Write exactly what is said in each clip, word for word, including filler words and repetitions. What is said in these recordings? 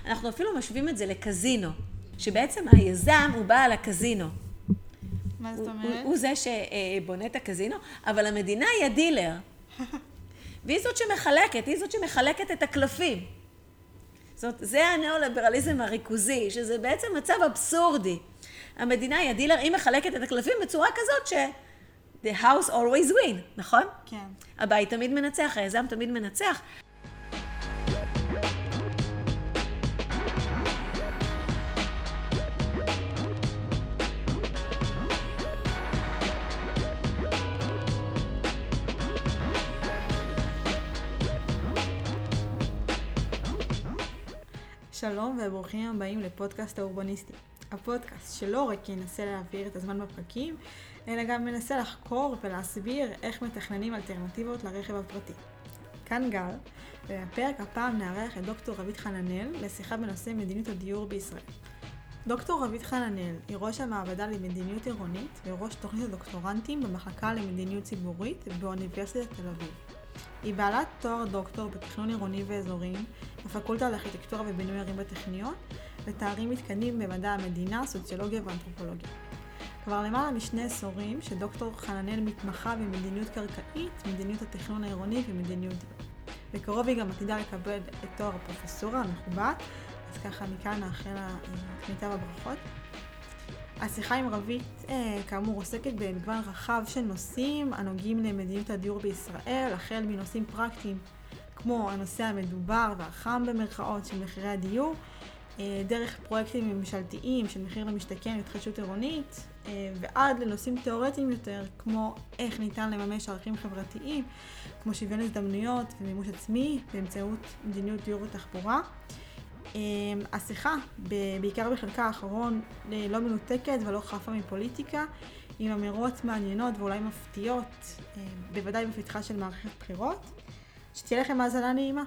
אנחנו אפילו משווים את זה לקזינו, שבעצם היזם הוא בעל הקזינו. מה זאת אומרת? הוא, הוא זה שבונה את הקזינו, אבל המדינה היא הדילר. והיא זאת שמחלקת, היא זאת שמחלקת את הקלפים. זאת אומרת, זה הנאו-ליברליזם הריכוזי, שזה בעצם מצב אבסורדי. המדינה היא הדילר, היא מחלקת את הקלפים בצורה כזאת ש... The house always win, נכון? כן. הבית תמיד מנצח, היזם תמיד מנצח. שלום וברוכים הבאים לפודקאסט האורבניסטי. הפודקאסט שלא רק ינסה להעביר את הזמן בפרקים, אלא גם מנסה לחקור ולהסביר איך מתכננים אלטרנטיבות לרכב הפרטי. כאן גל, ובפרק הפעם נארח את דוקטור רבית חננאל לשיחה בנושא מדיניות הדיור בישראל. דוקטור רבית חננאל היא ראש המעבדה למדיניות עירונית וראש תוכנית הדוקטורנטים במחלקה למדיניות ציבורית באוניברסיטת תל אביב. היא בעלת תואר דוקטור בתכנון עירוני ואזורים, בפקולטה לארכיטקטורה ובינוי ערים בטכניון, ותארים מתקדמים במדע המדינה, סוציולוגיה ואנתרופולוגיה. כבר למעלה משני עשורים שדוקטור חננאל מתמחה במדיניות קרקעית, מדיניות התכנון העירוני ומדיניות דיור. בקרוב היא גם עתידה לקבל את תואר הפרופסורה המכובד, אז ככה מכאן נאחל לה מיטב הברכות. השיחה עם רבית, כאמור, עוסקת במגוון רחב של נושאים הנוגעים למדיניות הדיור בישראל, החל מנושאים פרקטיים כמו הנושא המדובר והחם במרכאות של מחירי הדיור, דרך פרויקטים ממשלתיים של מחיר למשתכן והתחדשות עירונית, ועד לנושאים תיאורטיים יותר כמו איך ניתן לממש ערכים חברתיים כמו שוויון הזדמנויות ומימוש עצמי באמצעות מדיניות דיור ותחבורה. השיחה, בעיקר בחלקה האחרון, לא מנותקת ולא חפה מפוליטיקה, עם אמירות מעניינות ואולי מפתיעות, בוודאי בפתחה של מערכת בחירות. שתהיה לכם האזנה נעימה.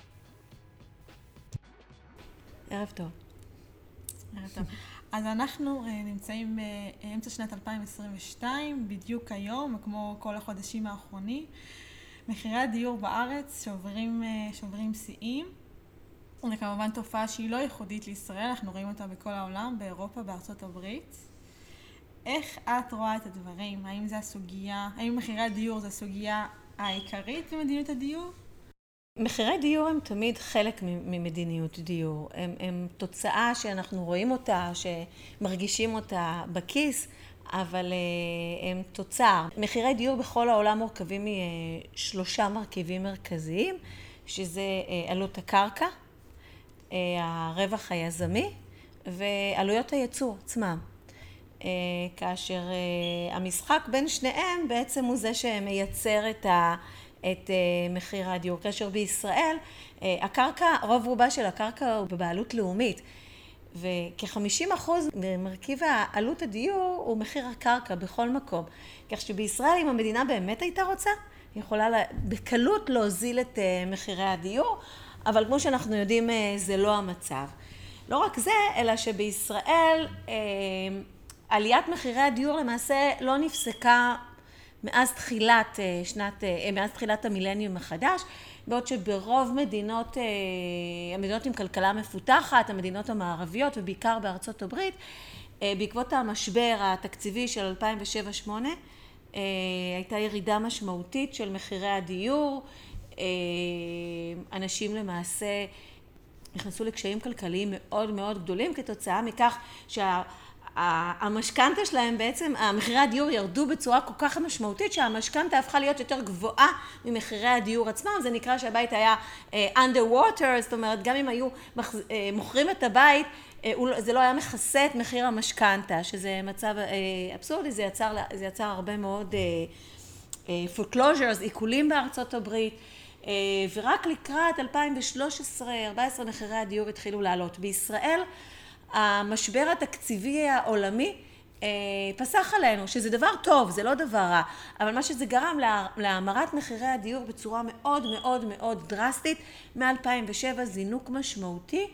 ערב טוב. ערב טוב. אז אנחנו נמצאים באמצע שנת אלפיים עשרים ושתיים, בדיוק היום, כמו כל החודשים האחרונים. מחירי הדיור בארץ שוברים, שוברים שיאים. זו כמובן תופעה שהיא לא ייחודית לישראל, אנחנו רואים אותה בכל העולם, באירופה, בארצות הברית. איך את רואה את הדברים? האם זה הסוגיה, האם מחירי הדיור זה הסוגיה העיקרית במדיניות הדיור? מחירי דיור הם תמיד חלק ממדיניות דיור. הם, הם תוצאה שאנחנו רואים אותה, שמרגישים אותה בכיס, אבל הם תוצר. מחירי דיור בכל העולם מורכבים משלושה מרכיבים מרכזיים, שזה עלות הקרקע, הרווח היזמי ועלויות הייצור עצמם. כאשר המשחק בין שניהם בעצם הוא זה שמייצר את, ה, את מחיר הדיור. כאשר בישראל הקרקע, רוב רובה של הקרקע הוא בבעלות לאומית, וכ-חמישים אחוז ממרכיב העלות הדיור הוא מחיר הקרקע בכל מקום. כך שבישראל אם המדינה באמת הייתה רוצה, היא יכולה בקלות להוזיל את מחירי הדיור, אבל כמו שאנחנו יודעים, זה לא המצב. לא רק זה, אלא שבישראל עליית מחירי הדיור למעשה לא נפסקה מאז תחילת שנת, מאז תחילת המילניום החדש, בעוד שברוב מדינות, המדינות עם כלכלה מפותחת, המדינות המערביות ובעיקר בארצות הברית, בעקבות המשבר התקציבי של אלפיים ושבע שמונה, הייתה ירידה משמעותית של מחירי הדיור, אנשים למעשה נכנסו לקשיים כלכליים מאוד מאוד גדולים כתוצאה מכך שהמשכנתא שלהם בעצם, המחירי הדיור ירדו בצורה כל כך משמעותית שהמשכנתא הפכה להיות יותר גבוהה ממחירי הדיור עצמם. זה נקרא שהבית היה underwater, זאת אומרת גם אם היו מוכרים את הבית, זה לא היה מכסה את מחיר המשכנתא, שזה מצב אבסורדי, זה יצר, זה יצר הרבה מאוד foreclosures, עיקולים בארצות הברית, ורק לקראת אלפיים ושלוש עשרה ארבע עשרה מחירי הדיור התחילו לעלות. בישראל המשבר התקציבי העולמי פסח עלינו, שזה דבר טוב, זה לא דבר רע, אבל מה שזה גרם להאמרת מחירי הדיור בצורה מאוד מאוד מאוד דרסטית, מ-אלפיים ושבע זינוק משמעותי,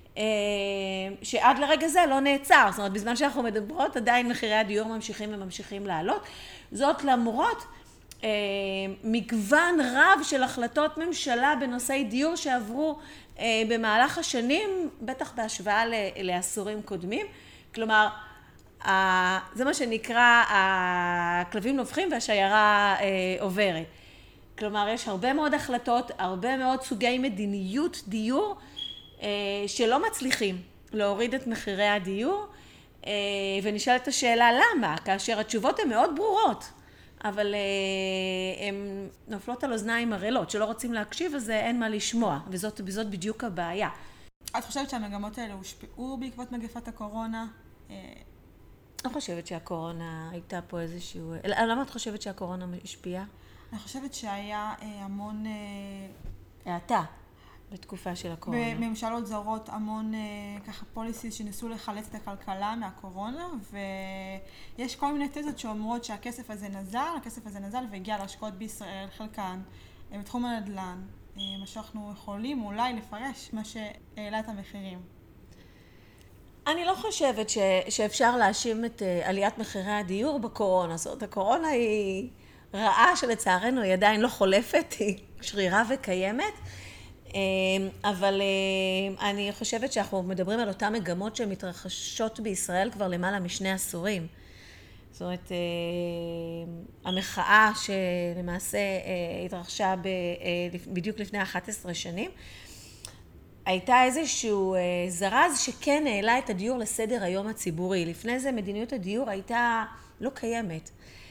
שעד לרגע זה לא נעצר. זאת אומרת, בזמן שאנחנו מדברות, עדיין מחירי הדיור ממשיכים וממשיכים לעלות. זאת למרות מגוון רב של החלטות ממשלה בנושאי דיור שעברו במהלך השנים, בטח בהשוואה לעשורים קודמים, כלומר, זה מה שנקרא, הכלבים נובחים והשיירה עוברת. כלומר, יש הרבה מאוד החלטות, הרבה מאוד סוגי מדיניות דיור, שלא מצליחים להוריד את מחירי הדיור, ונשאלת השאלה למה, כאשר התשובות הן מאוד ברורות, אבל הן נופלות על אוזניים ערלות, שלא רוצים להקשיב, אז אין מה לשמוע, וזאת, וזאת בדיוק הבעיה. את חושבת שהמגמות האלה הושפעו בעקבות מגפת הקורונה? אני חושבת שהקורונה הייתה פה איזשהו... למה את חושבת שהקורונה השפיעה? אני חושבת שהיה המון... האטה בתקופה של הקורונה. בממשלות זרות המון ככה פוליסיס שניסו לחלץ את הכלכלה מהקורונה, ויש כל מיני תזות שאומרות שהכסף הזה נזל, הכסף הזה נזל והגיע להשקעות בישראל, חלקן בתחום הנדל"ן, מה שאנחנו יכולים אולי לפרש, מה שהעלה את המחירים. אני לא חושבת ש, שאפשר להאשים את עליית מחירי הדיור בקורונה. זאת אומרת, הקורונה היא רעה שלצערנו היא עדיין לא חולפת, היא שרירה וקיימת, אבל אני חושבת שאנחנו מדברים על אותן מגמות שמתרחשות בישראל כבר למעלה משני עשורים. זאת אומרת, המחאה שלמעשה התרחשה בדיוק לפני אחת עשרה שנים, הייתה איזשהו זרז שכן העלה את הדיור לסדר היום הציבורי. לפני זה מדיניות הדיור הייתה לא קיימת.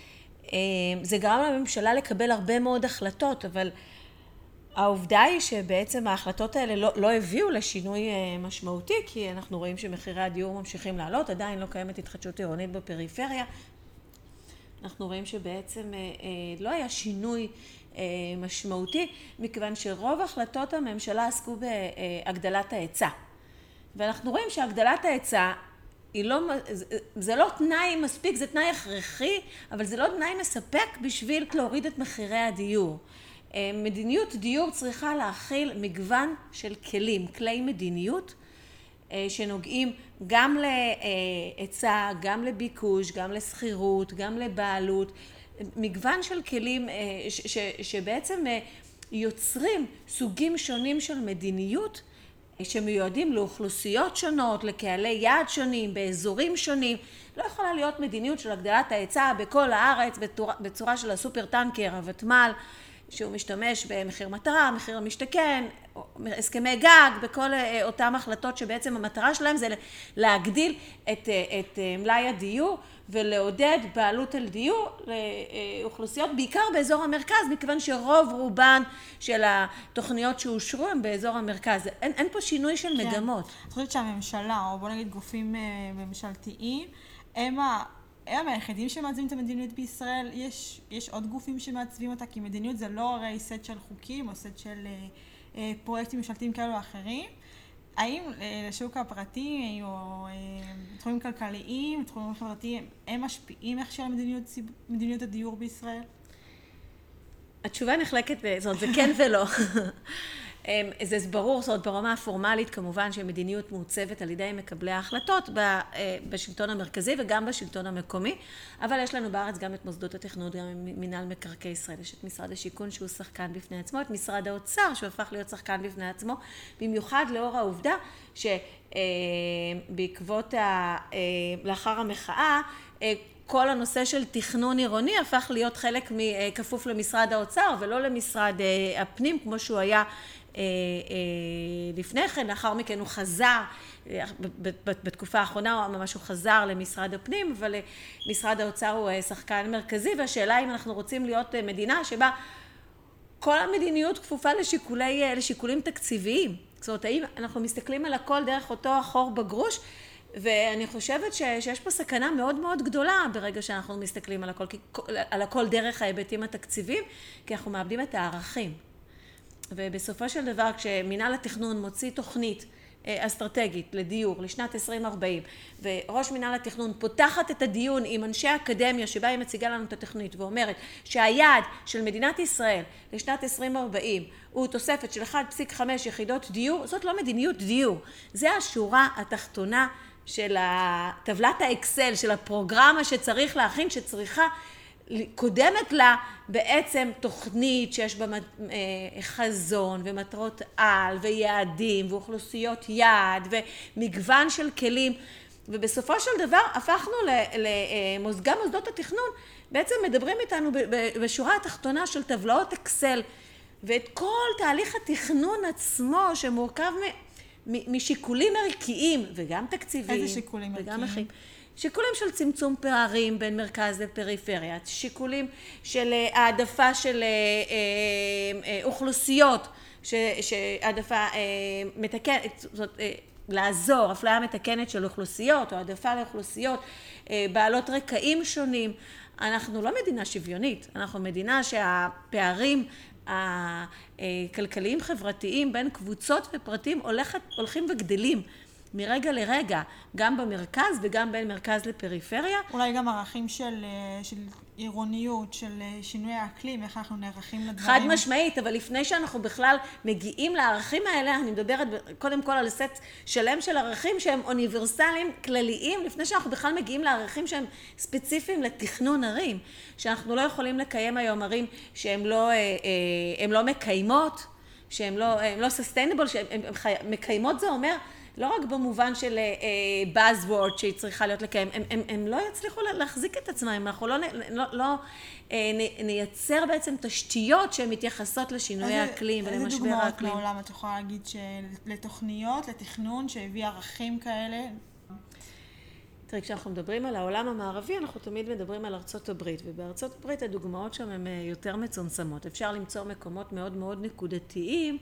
זה גרם לממשלה לקבל הרבה מאוד החלטות, אבל העובדה היא שבעצם ההחלטות האלה לא, לא הביאו לשינוי משמעותי, כי אנחנו רואים שמחירי הדיור ממשיכים לעלות, עדיין לא קיימת התחדשות עירונית בפריפריה. אנחנו רואים שבעצם לא היה שינוי משמעותי, מכיוון שרוב החלטות הממשלה עסקו בהגדלת ההיצע. ואנחנו רואים שהגדלת ההיצע היא לא, זה לא תנאי מספיק, זה תנאי הכרחי, אבל זה לא תנאי מספק בשביל להוריד את מחירי הדיור. מדיניות דיור צריכה להכיל מגוון של כלים, כלי מדיניות, שנוגעים גם להיצע, גם לביקוש, גם לסחירות, גם לבעלות, מגוון של כלים ש, ש, שבעצם יוצרים סוגים שונים של מדיניות שמיועדים לאוכלוסיות שונות, לקהלי יעד שונים, באזורים שונים. לא יכולה להיות מדיניות של הגדלת ההיצע בכל הארץ בצורה, בצורה של הסופר טנקר, הוותמ"ל, שהוא משתמש במחיר מטרה, מחיר המשתכן, הסכמי גג, בכל אותם החלטות שבעצם המטרה שלהם זה להגדיל את, את מלאי הדיור ולעודד בעלות על דיור לאוכלוסיות, בעיקר באזור המרכז, מכיוון שרוב רובן של התוכניות שאושרו הם באזור המרכז. אין, אין פה שינוי של כן. מגמות. אני חושבת שהממשלה, או בוא נגיד גופים ממשלתיים, הם ה... הם היחידים שמעצבים את המדיניות בישראל. יש, יש עוד גופים שמעצבים אותה, כי מדיניות זה לא הרי סט של חוקים או סט של אה, אה, פרויקטים ממשלתיים כאלו או אחרים. האם אה, לשוק הפרטי או אה, תחומים כלכליים, תחומים חברתיים, הם משפיעים איך של מדיניות, מדיניות הדיור בישראל? התשובה נחלקת, זאת אומרת, זה כן ולא. זה ברור, זאת אומרת, ברמה הפורמלית, כמובן שמדיניות מעוצבת על ידי מקבלי ההחלטות בשלטון המרכזי וגם בשלטון המקומי, אבל יש לנו בארץ גם את מוסדות התכנון, גם מינהל מקרקעי ישראל, יש את משרד השיכון שהוא שחקן בפני עצמו, את משרד האוצר שהוא הפך להיות שחקן בפני עצמו, במיוחד לאור העובדה שבעקבות לאחר המחאה, כל הנושא של תכנון עירוני הפך להיות חלק מכפוף למשרד האוצר ולא למשרד הפנים כמו שהוא היה לפני כן. לאחר מכן הוא חזר, בתקופה האחרונה ממש הוא חזר למשרד הפנים, אבל משרד האוצר הוא שחקן מרכזי, והשאלה אם אנחנו רוצים להיות מדינה שבה כל המדיניות כפופה לשיקולי, לשיקולים תקציביים. זאת אומרת, האם אנחנו מסתכלים על הכל דרך אותו החור בגרוש, ואני חושבת שיש פה סכנה מאוד מאוד גדולה ברגע שאנחנו מסתכלים על הכל, על הכל דרך ההיבטים התקציביים, כי אנחנו מאבדים את הערכים. ובסופו של דבר, כשמינהל התכנון מוציא תוכנית אסטרטגית לדיור לשנת עשרים ארבעים, וראש מינהל התכנון פותחת את הדיון עם אנשי האקדמיה שבה היא מציגה לנו את התוכנית ואומרת שהיעד של מדינת ישראל לשנת עשרים ארבעים הוא תוספת של אחת נקודה חמש יחידות דיור, זאת לא מדיניות דיור, זה השורה התחתונה של טבלת האקסל, של הפרוגרמה שצריך להכין, שצריכה קודמת לה בעצם תוכנית שיש בה חזון ומטרות על ויעדים ואוכלוסיות יעד ומגוון של כלים, ובסופו של דבר הפכנו למוסגם מוסדות התכנון, בעצם מדברים איתנו בשורה התחתונה של טבלאות אקסל, ואת כל תהליך התכנון עצמו שמורכב משיקולים ערכיים וגם תקציביים. איזה שיקולים ערכיים? אחרים. שיקולים של צמצום פערים בין מרכז לפריפריה, שיקולים של העדפה של אוכלוסיות, שהעדפה מתקנת, זאת לעזור, אפליה מתקנת של אוכלוסיות או העדפה לאוכלוסיות בעלות רקעים שונים. אנחנו לא מדינה שוויונית, אנחנו מדינה שהפערים הכלכליים חברתיים בין קבוצות ופרטים הולכת, הולכים וגדלים מרגע לרגע, גם במרכז וגם בין מרכז לפריפריה. אולי גם ערכים של, של עירוניות, של שינוי האקלים, איך אנחנו נערכים לדברים. חד משמעית, אבל לפני שאנחנו בכלל מגיעים לערכים האלה, אני מדברת קודם כל על סט שלם של ערכים שהם אוניברסליים, כלליים, לפני שאנחנו בכלל מגיעים לערכים שהם ספציפיים לתכנון ערים, שאנחנו לא יכולים לקיים היום ערים שהן לא, הם לא מקיימות, שהן לא, הם לא sustainable, שהן מקיימות, זה אומר, לא רק במובן של buzzword שהיא צריכה להיות לקיים, הם, הם, הם לא יצליחו להחזיק את עצמם, אם אנחנו לא, לא, לא נייצר בעצם תשתיות שהן מתייחסות לשינוי האקלים ולמשבר האקלים. איזה דוגמאות מעולם את יכולה להגיד שלתוכניות, לתכנון שהביא ערכים כאלה? תראי, כשאנחנו מדברים על העולם המערבי, אנחנו תמיד מדברים על ארצות הברית, ובארצות הברית הדוגמאות שם הן יותר מצומצמות. אפשר למצוא מקומות מאוד מאוד נקודתיים,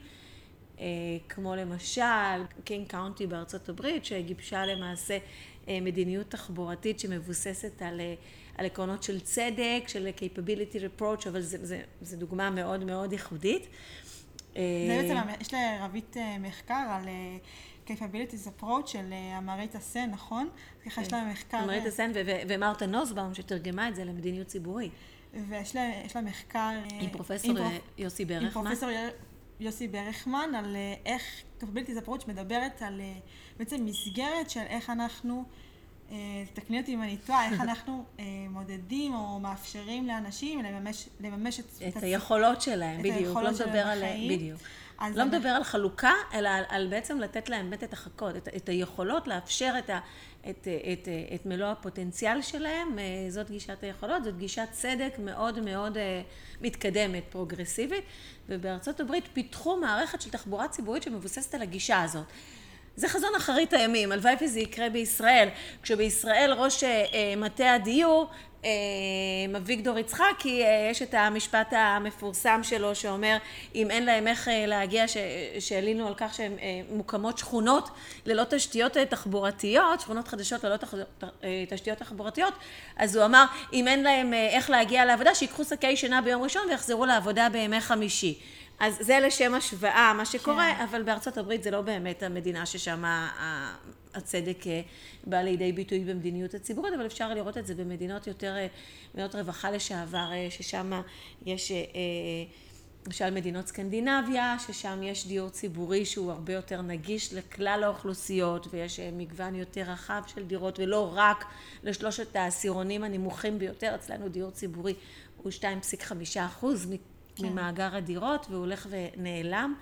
כמו למשל קינג קאונטי בארצות הברית, שגיבשה למעשה מדיניות תחבורתית שמבוססת על, על עקרונות של צדק, של capability approach, אבל זה, זה, זה דוגמה מאוד מאוד ייחודית. זה בעצם, יש לרבית מחקר על capabilities approach של אמרית הסן, נכון? ככה יש לה מחקר... אמרית הסן ומרתה נוסבאום שתרגמה את זה למדיניות ציבורית. ויש לה, לה מחקר... עם פרופסור יוסי ברכמן. עם פרופסור יוסי ברכמן, על איך capabilities approach מדברת על בעצם מסגרת של איך אנחנו, תקני אותי אם אני טועה, איך אנחנו מודדים או מאפשרים לאנשים לממש, לממש את, את היכולות שלהם, בדיוק, לא מדבר על, בדיוק. לא מדבר על חלוקה, אלא על, על בעצם לתת להם באמת את החכות, את, את היכולות, לאפשר את, ה, את, את, את מלוא הפוטנציאל שלהם, זאת גישת היכולות, זאת גישת צדק מאוד מאוד מתקדמת, פרוגרסיבית, ובארצות הברית פיתחו מערכת של תחבורה ציבורית שמבוססת על הגישה הזאת. זה חזון אחרית הימים, הלוואי וזה יקרה בישראל, כשבישראל ראש מטה הדיור, אביגדור יצחקי, יש את המשפט המפורסם שלו שאומר, אם אין להם איך להגיע, שהעלינו על כך שהן מוקמות שכונות ללא תשתיות תחבורתיות, שכונות חדשות ללא תשתיות תחבורתיות, אז הוא אמר, אם אין להם איך להגיע לעבודה, שיקחו שקי שינה ביום ראשון ויחזרו לעבודה בימי חמישי. אז זה לשם השוואה, מה שקורה, כן. אבל בארצות הברית זה לא באמת המדינה ששם הצדק בא לידי ביטוי במדיניות הציבורית, אבל אפשר לראות את זה במדינות יותר, מדינות רווחה לשעבר, ששם יש, למשל מדינות סקנדינביה, ששם יש דיור ציבורי שהוא הרבה יותר נגיש לכלל האוכלוסיות, ויש מגוון יותר רחב של דירות, ולא רק לשלושת העשירונים הנמוכים ביותר, אצלנו דיור ציבורי הוא שתיים נקודה חמישה אחוז כן. ממאגר הדירות, והוא הולך ונעלם.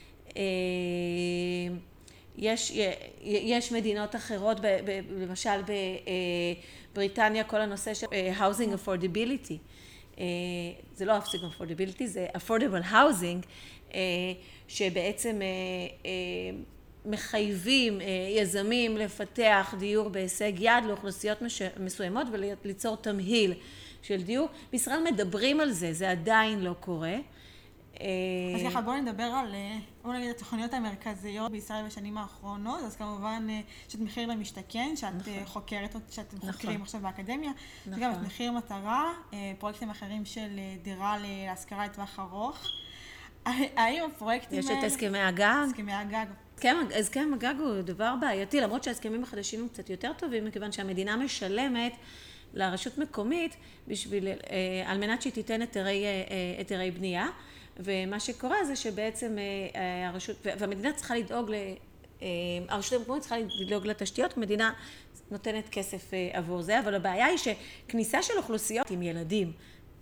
יש, יש מדינות אחרות, ב, ב, למשל בבריטניה, כל הנושא של housing affordability. זה לא housing affordability, זה affordable housing, שבעצם מחייבים יזמים לפתח דיור בהישג יד לאוכלוסיות מסוימות וליצור תמהיל של דיור. בישראל מדברים על זה, זה עדיין לא קורה. אז ככה בואו נדבר על, בואו נגיד, התוכניות המרכזיות בישראל בשנים האחרונות, אז כמובן שאת מחיר למשתכן, שאת נכון. חוקרת, שאתם נכון. חוקרים עכשיו באקדמיה, נכון. וגם את מחיר מטרה, פרויקטים אחרים של דירה להשכרה לטווח ארוך. האם הפרויקטים האלה... יש את הסכמי הגג. הסכמי הגג. הסכם הגג הוא דבר בעייתי, למרות שההסכמים החדשים הם קצת יותר טובים, מכיוון שהמדינה משלמת לרשות מקומית בשביל, על מנת שהיא תיתן היתרי, היתרי בנייה, ומה שקורה זה שבעצם הרשות, והמדינה צריכה לדאוג, הרשות המקומית צריכה לדאוג לתשתיות, המדינה נותנת כסף עבור זה, אבל הבעיה היא שכניסה של אוכלוסיות עם ילדים,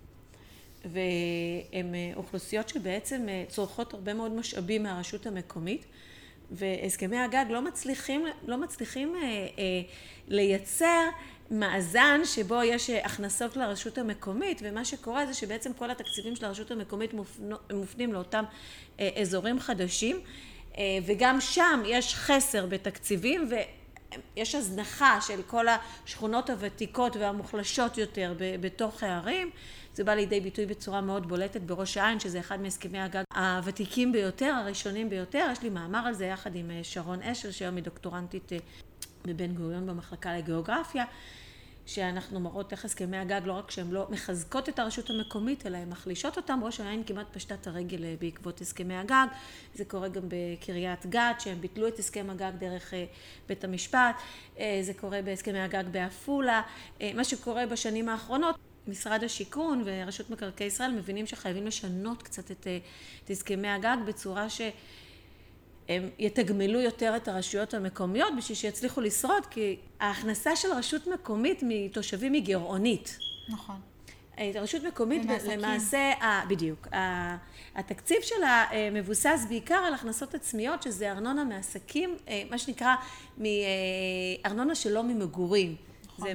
והן אוכלוסיות שבעצם צורכות הרבה מאוד משאבים מהרשות המקומית, והסכמי הגג לא מצליחים, לא מצליחים אה, אה, לייצר מאזן שבו יש הכנסות לרשות המקומית, ומה שקורה זה שבעצם כל התקציבים של הרשות המקומית מופנו, מופנים לאותם אה, אזורים חדשים, אה, וגם שם יש חסר בתקציבים, ויש הזנחה של כל השכונות הוותיקות והמוחלשות יותר בתוך הערים. זה בא לידי ביטוי בצורה מאוד בולטת בראש העין, שזה אחד מהסכמי הגג הוותיקים ביותר, הראשונים ביותר. יש לי מאמר על זה יחד עם שרון אשל, שהיום היא דוקטורנטית בבן גוריון במחלקה לגיאוגרפיה, שאנחנו מראות איך הסכמי הגג לא רק שהן לא מחזקות את הרשות המקומית, אלא הן מחלישות אותם. ראש העין כמעט פשטת הרגל בעקבות הסכמי הגג. זה קורה גם בקריית גת, שהם ביטלו את הסכם הגג דרך בית המשפט. זה קורה בהסכמי הגג בעפולה. מה שקורה בשנים האחרונות, משרד השיכון ורשות מקרקעי ישראל מבינים שחייבים לשנות קצת את, את הסכמי הגג בצורה שהם יתגמלו יותר את הרשויות המקומיות בשביל שיצליחו לשרוד, כי ההכנסה של רשות מקומית מתושבים היא גירעונית. נכון. רשות מקומית למעשה, בדיוק, התקציב שלה מבוסס בעיקר על הכנסות עצמיות, שזה ארנונה מעסקים, מה שנקרא מארנונה שלא ממגורים. זה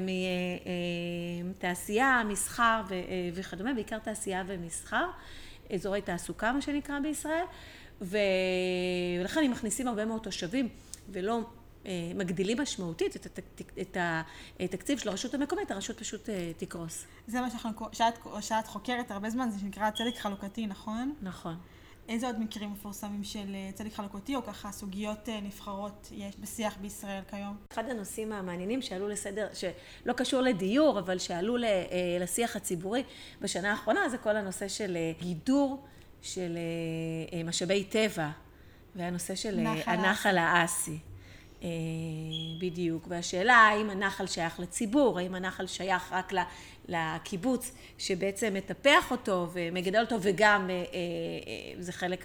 מתעשייה, מסחר וכדומה, בעיקר תעשייה ומסחר, אזורי תעסוקה, מה שנקרא בישראל, ולכן הם מכניסים הרבה מאוד תושבים, ולא מגדילים משמעותית את התקציב של הרשות המקומית, הרשות פשוט תקרוס. זה מה שאת, שאת חוקרת הרבה זמן, זה שנקרא צדק חלוקתי, נכון? נכון. איזה עוד מקרים מפורסמים של צדק חלוקתי, או ככה סוגיות נבחרות יש בשיח בישראל כיום? אחד הנושאים המעניינים שעלו לסדר, שלא קשור לדיור, אבל שעלו לשיח הציבורי בשנה האחרונה, זה כל הנושא של גידור של משאבי טבע, והנושא של הנחל האסי. בדיוק, והשאלה האם הנחל שייך לציבור, האם הנחל שייך רק לקיבוץ שבעצם מטפח אותו ומגדל אותו, וגם זה חלק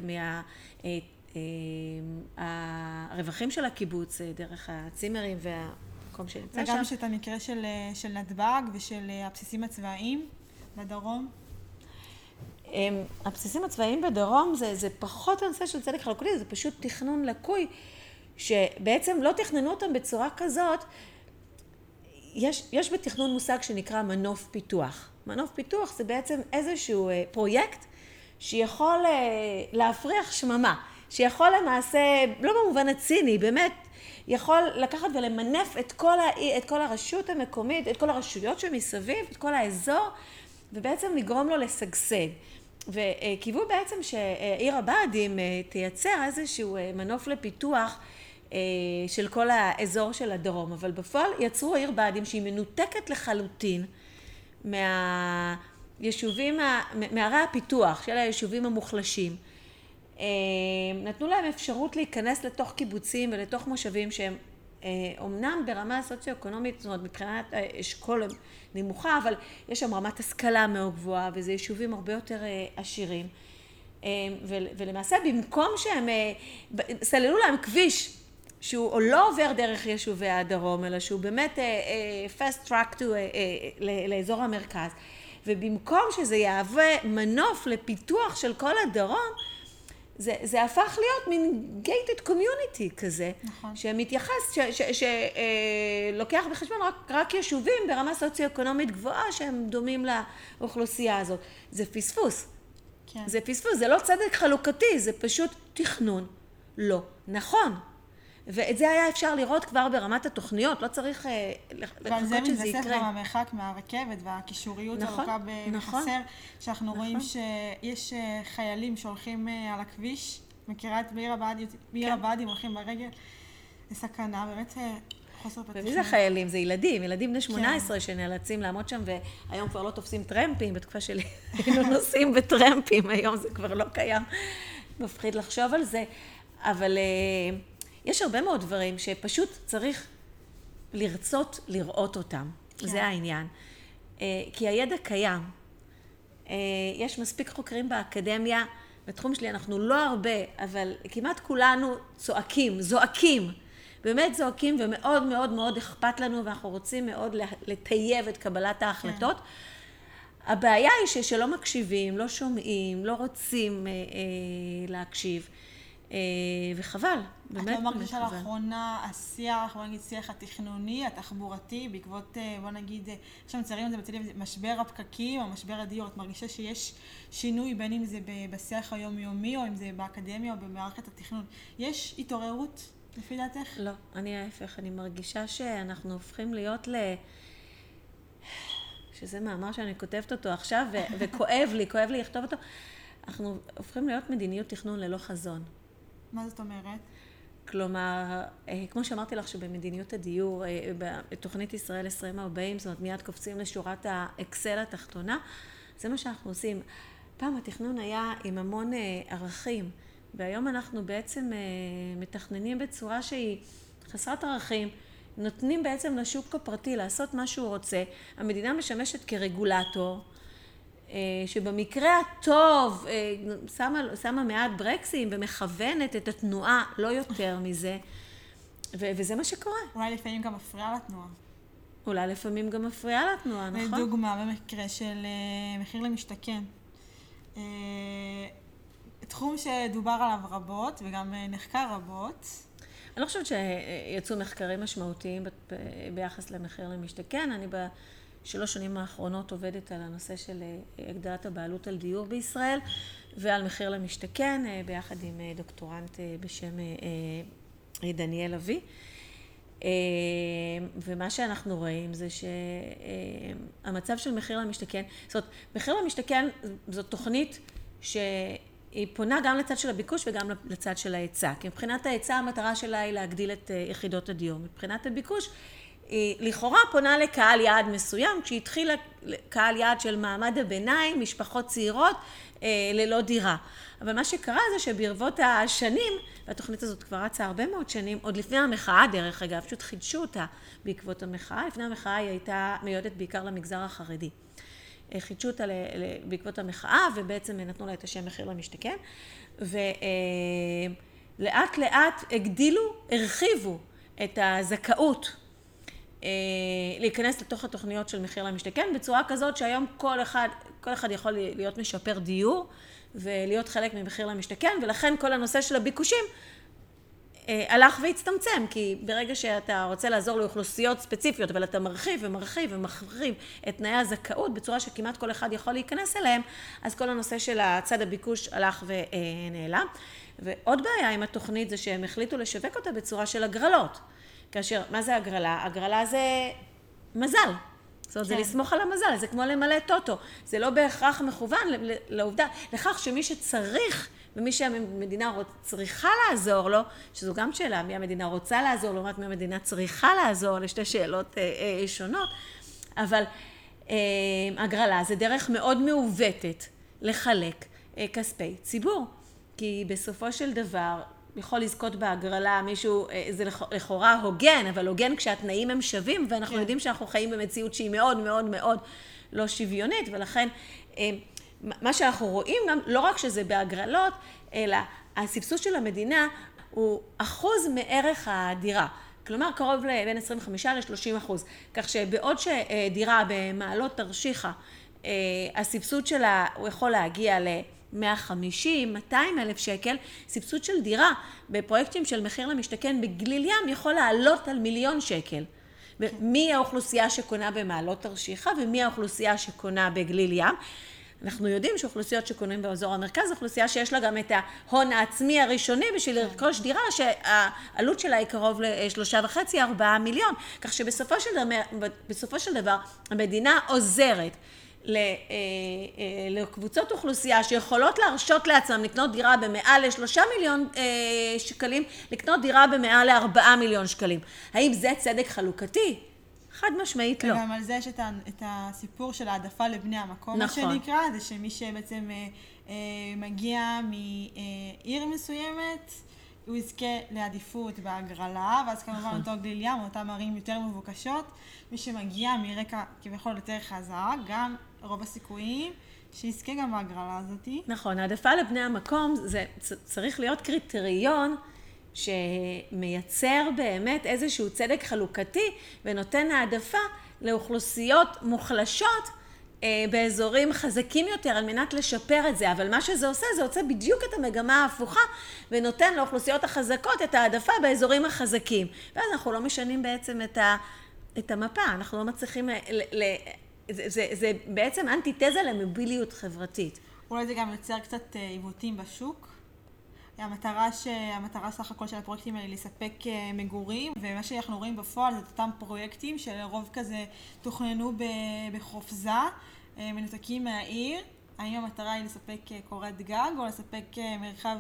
מהרווחים של הקיבוץ דרך הצימרים והמקום שנמצא שם. וגם יש את המקרה של, של נתב"ג ושל הבסיסים הצבאיים בדרום. הבסיסים הצבאיים בדרום זה, זה פחות הנושא של צדק חלוקתי, זה פשוט תכנון לקוי, שבעצם לא תכננו אותם בצורה כזאת. יש, יש בתכנון מושג שנקרא מנוף פיתוח. מנוף פיתוח זה בעצם איזשהו פרויקט שיכול להפריח שממה, שיכול למעשה, לא במובן הציני, באמת, יכול לקחת ולמנף את כל, ה, את כל הרשות המקומית, את כל הרשויות שמסביב, את כל האזור, ובעצם לגרום לו לשגשג. וקיוו בעצם שעיר הבה"דים תייצר איזשהו מנוף לפיתוח של כל האזור של הדרום, אבל בפועל יצרו עיר בה"דים שהיא מנותקת לחלוטין מהיישובים, מערי הפיתוח של היישובים המוחלשים. נתנו להם אפשרות להיכנס לתוך קיבוצים ולתוך מושבים שהם אומנם ברמה סוציו-אקונומית, זאת אומרת מבחינת אשכול נמוכה, אבל יש שם רמת השכלה מאוד גבוהה, וזה יישובים הרבה יותר עשירים. ולמעשה במקום שהם סללו להם כביש, שהוא לא עובר דרך יישובי הדרום, אלא שהוא באמת fast track to, לאזור המרכז, ובמקום שזה יהווה מנוף לפיתוח של כל הדרום, זה, זה הפך להיות מין gated community כזה, נכון. שמתייחס, שלוקח בחשבון רק, רק יישובים ברמה סוציו-אקונומית גבוהה שהם דומים לאוכלוסייה הזאת. זה פספוס. כן. זה פספוס, זה לא צדק חלוקתי, זה פשוט תכנון. לא נכון. ואת זה היה אפשר לראות כבר ברמת התוכניות, לא צריך לחכות שזה יקרה. ועל זה מתבסס גם המרחק מהרכבת והקישוריות נכון, הלוקה נכון, בחסר, שאנחנו נכון. רואים שיש חיילים שהולכים על הכביש, מכירה את בעיר הבה"דים, בעיר כן. הבה"דים הולכים ברגל, זה סכנה, באמת חוסר בתכנון. ומי זה חיילים? זה ילדים, ילדים בני שמונה עשרה כן. שנאלצים לעמוד שם, והיום כבר לא תופסים טרמפים, בתקופה שלי היינו נוסעים בטרמפים, היום זה כבר לא קיים, מפחיד לחשוב על זה, אבל יש הרבה מאוד דברים שפשוט צריך לרצות לראות אותם. כן. זה העניין. כי הידע קיים. יש מספיק חוקרים באקדמיה, בתחום שלי אנחנו לא הרבה, אבל כמעט כולנו צועקים, זועקים, באמת זועקים ומאוד מאוד מאוד אכפת לנו, ואנחנו רוצים מאוד לטייב את קבלת ההחלטות. כן. הבעיה היא ששלא מקשיבים, לא שומעים, לא רוצים אה, אה, להקשיב, אה, וחבל, באמת. את לא מרגישה לאחרונה השיח, בוא נגיד שיח התכנוני, התחבורתי, בעקבות, בוא נגיד, עכשיו מציירים את זה בצליב, משבר הפקקים או משבר הדיור, את מרגישה שיש שינוי בין אם זה בשיח היומיומי או אם זה באקדמיה או במערכת התכנון. יש התעוררות לפי דעתך? לא, אני ההפך, אני מרגישה שאנחנו הופכים להיות ל... שזה מאמר שאני כותבת אותו עכשיו, ו- וכואב לי, כואב לי לכתוב אותו. אנחנו הופכים להיות מדיניות תכנון ללא חזון. מה זאת אומרת? כלומר, כמו שאמרתי לך שבמדיניות הדיור, בתוכנית ישראל עשרים ארבעים, זאת אומרת מיד קופצים לשורת האקסל התחתונה, זה מה שאנחנו עושים. פעם התכנון היה עם המון ערכים, והיום אנחנו בעצם מתכננים בצורה שהיא חסרת ערכים, נותנים בעצם לשוק הפרטי לעשות מה שהוא רוצה, המדינה משמשת כרגולטור, שבמקרה הטוב שמה, שמה מעט ברקסים ומכוונת את התנועה, לא יותר מזה, ו- וזה מה שקורה. אולי לפעמים גם מפריעה לתנועה. אולי לפעמים גם מפריעה לתנועה, נכון? לדוגמה, במקרה של מחיר למשתכן. תחום שדובר עליו רבות וגם נחקר רבות. אני לא חושבת שיצאו מחקרים משמעותיים ביחס למחיר למשתכן. אני בשלוש שנים האחרונות עובדת על הנושא של הגדלת הבעלות על דיור בישראל ועל מחיר למשתכן ביחד עם דוקטורנט בשם דניאל אבי. ומה שאנחנו רואים זה שהמצב של מחיר למשתכן, זאת אומרת, מחיר למשתכן זאת תוכנית ש... היא פונה גם לצד של הביקוש וגם לצד של ההיצע. כי מבחינת ההיצע המטרה שלה היא להגדיל את יחידות הדיור. מבחינת הביקוש היא לכאורה פונה לקהל יעד מסוים, כשהיא התחילה קהל יעד של מעמד הביניים, משפחות צעירות, ללא דירה. אבל מה שקרה זה שברבות השנים, והתוכנית הזאת כבר רצה הרבה מאוד שנים, עוד לפני המחאה דרך אגב, פשוט חידשו אותה בעקבות המחאה. לפני המחאה היא הייתה מיועדת בעיקר למגזר החרדי. חידשו אותה בעקבות המחאה, ובעצם נתנו לה את השם מחיר למשתכן, ולאט לאט הגדילו, הרחיבו את הזכאות להיכנס לתוך התוכניות של מחיר למשתכן, בצורה כזאת שהיום כל אחד, כל אחד יכול להיות משפר דיור, ולהיות חלק ממחיר למשתכן, ולכן כל הנושא של הביקושים, הלך והצטמצם, כי ברגע שאתה רוצה לעזור לאוכלוסיות ספציפיות, אבל אתה מרחיב ומרחיב ומרחיב את תנאי הזכאות בצורה שכמעט כל אחד יכול להיכנס אליהם, אז כל הנושא של הצד הביקוש הלך ונעלם. ועוד בעיה עם התוכנית זה שהם החליטו לשווק אותה בצורה של הגרלות. כאשר, מה זה הגרלה? הגרלה זה מזל. זאת אומרת, זה לסמוך על המזל, זה כמו למלא טוטו. זה לא בהכרח מכוון לעובדה, לכך שמי שצריך ומי שהמדינה צריכה לעזור לו, שזו גם שאלה, מי המדינה רוצה לעזור, לעומת מי המדינה צריכה לעזור, לשתי שאלות שונות, אבל הגרלה זה דרך מאוד מעוותת לחלק כספי ציבור, כי בסופו של דבר יכול לזכות בהגרלה מישהו, זה לכאורה הוגן, אבל הוגן כשהתנאים הם שווים, ואנחנו כן. יודעים שאנחנו חיים במציאות שהיא מאוד מאוד מאוד לא שוויונית, ולכן מה שאנחנו רואים גם, לא רק שזה בהגרלות, אלא הסבסוד של המדינה הוא אחוז מערך הדירה. כלומר, קרוב בין עשרים וחמישה עד שלושים אחוז. כך שבעוד שדירה במעלות תרשיחא, הסבסוד שלה הוא יכול להגיע ל-מאה וחמישים עד מאתיים אלף שקל, סבסוד של דירה בפרויקטים של מחיר למשתכן בגליל ים יכול לעלות על מיליון שקל. מי האוכלוסייה שקונה במעלות תרשיחא ומי האוכלוסייה שקונה בגליל ים. אנחנו יודעים שאוכלוסיות שקונים באזור המרכז, אוכלוסייה שיש לה גם את ההון העצמי הראשוני בשביל לרכוש דירה, שהעלות שלה היא קרוב לשלושה וחצי, ארבעה מיליון. כך שבסופו של דבר, בסופו של דבר המדינה עוזרת לקבוצות אוכלוסייה שיכולות להרשות לעצמם לקנות דירה במעל לשלושה מיליון שקלים, לקנות דירה במעל לארבעה מיליון שקלים. האם זה צדק חלוקתי? חד משמעית לא. וגם על זה יש את, את הסיפור של העדפה לבני המקום, נכון. מה שנקרא, זה שמי שבעצם אה, אה, מגיע מעיר מסוימת, הוא יזכה לעדיפות בהגרלה, ואז כמובן נכון. אותו גליל ים, אותם ערים יותר מבוקשות, מי שמגיע מרקע כביכול יותר חזק, גם רוב הסיכויים, שיזכה גם בהגרלה הזאת. נכון, העדפה לבני המקום, זה צריך להיות קריטריון, שמייצר באמת איזשהו צדק חלוקתי ונותן העדפה לאוכלוסיות מוחלשות באזורים חזקים יותר על מנת לשפר את זה, אבל מה שזה עושה, זה עושה בדיוק את המגמה ההפוכה ונותן לאוכלוסיות החזקות את העדפה באזורים החזקים. ואז אנחנו לא משנים בעצם את, ה, את המפה, אנחנו לא מצליחים, ל, ל, זה, זה, זה בעצם אנטיתזה למוביליות חברתית. אולי זה גם יוצר קצת עיוותים בשוק. המטרה, ש... המטרה סך הכל של הפרויקטים האלה לספק מגורים, ומה שאנחנו רואים בפועל זה אותם פרויקטים שלרוב כזה תוכננו בחופזה, מנותקים מהעיר. האם המטרה היא לספק קורת גג או לספק מרחב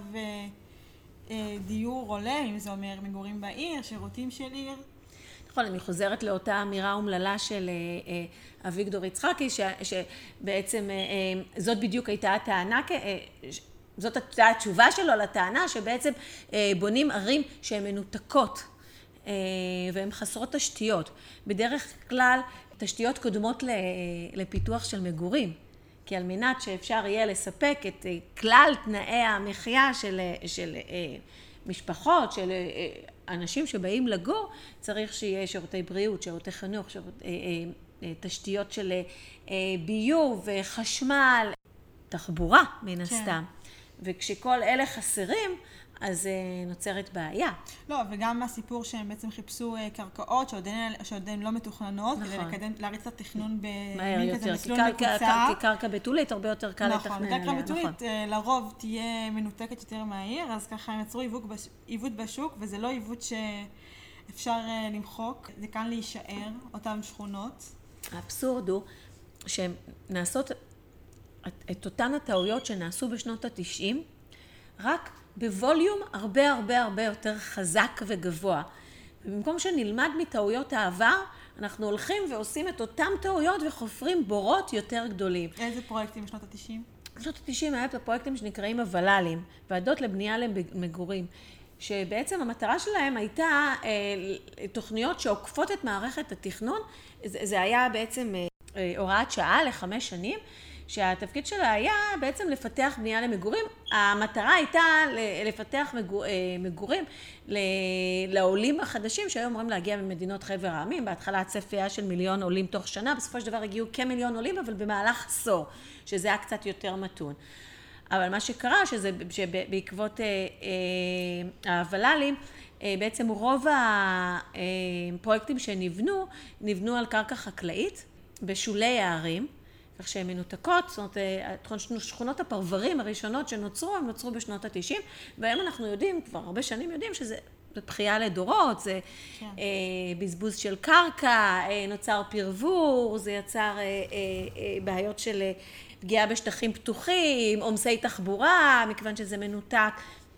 דיור עולה, אם זה אומר מגורים בעיר, שירותים של עיר? נכון, אני חוזרת לאותה אמירה אומללה של אביגדור יצחקי, ש... שבעצם זאת בדיוק הייתה הטענה, זאת התשובה שלו לטענה שבעצם בונים ערים שהן מנותקות והן חסרות תשתיות. בדרך כלל תשתיות קודמות לפיתוח של מגורים, כי על מנת שאפשר יהיה לספק את כלל תנאי המחיה של, של משפחות, של אנשים שבאים לגור, צריך שיהיה שירותי בריאות, שירותי חינוך, שירות, תשתיות של ביוב, חשמל, תחבורה מן הסתם. כן. וכשכל אלה חסרים, אז נוצרת בעיה. לא, וגם הסיפור שהם בעצם חיפשו קרקעות שעוד הן לא מתוכננות, נכון. כדי לקדם, להריץ את התכנון במין כזה מסלול מקוצר. כי קרקע בתולית הרבה יותר קל נכון, לתכנן עליה. נכון, קרקע בתולית לרוב תהיה מנותקת יותר מהעיר, אז ככה הם יצרו עיוות בשוק, וזה לא עיוות שאפשר למחוק, זה כאן להישאר, אותן שכונות. האבסורד הוא שהן נעשות את אותן הטעויות שנעשו בשנות התשעים, רק בווליום הרבה הרבה הרבה יותר חזק וגבוה. ובמקום שנלמד מטעויות העבר, אנחנו הולכים ועושים את אותם טעויות וחופרים בורות יותר גדולים. איזה פרויקטים בשנות התשעים? בשנות התשעים היה את הפרויקטים שנקראים הוול"לים, ועדות לבנייה למגורים, שבעצם המטרה שלהם הייתה אה, תוכניות שעוקפות את מערכת התכנון. זה, זה היה בעצם אה, הוראת שעה לחמש שנים, שהתפקיד שלה היה בעצם לפתח בנייה למגורים. המטרה הייתה לפתח מגורים לעולים החדשים שהיו אמורים להגיע ממדינות חבר העמים. בהתחלה הצפי היה של מיליון עולים תוך שנה, בסופו של דבר הגיעו כמיליון עולים, אבל במהלך עשור, שזה היה קצת יותר מתון. אבל מה שקרה, שזה, שבעקבות הוול"לים, בעצם רוב הפרויקטים שנבנו, נבנו על קרקע חקלאית, בשולי הערים, כך שהן מנותקות, זאת אומרת, שכונות הפרברים הראשונות שנוצרו, הם נוצרו בשנות התשעים, והיום אנחנו יודעים, כבר הרבה שנים יודעים שזה בחייה לדורות, זה כן. אה, בזבוז של קרקע, אה, נוצר פרבור, זה יצר אה, אה, בעיות של אה, פגיעה בשטחים פתוחים, עומסי תחבורה, מכיוון שזה מנותק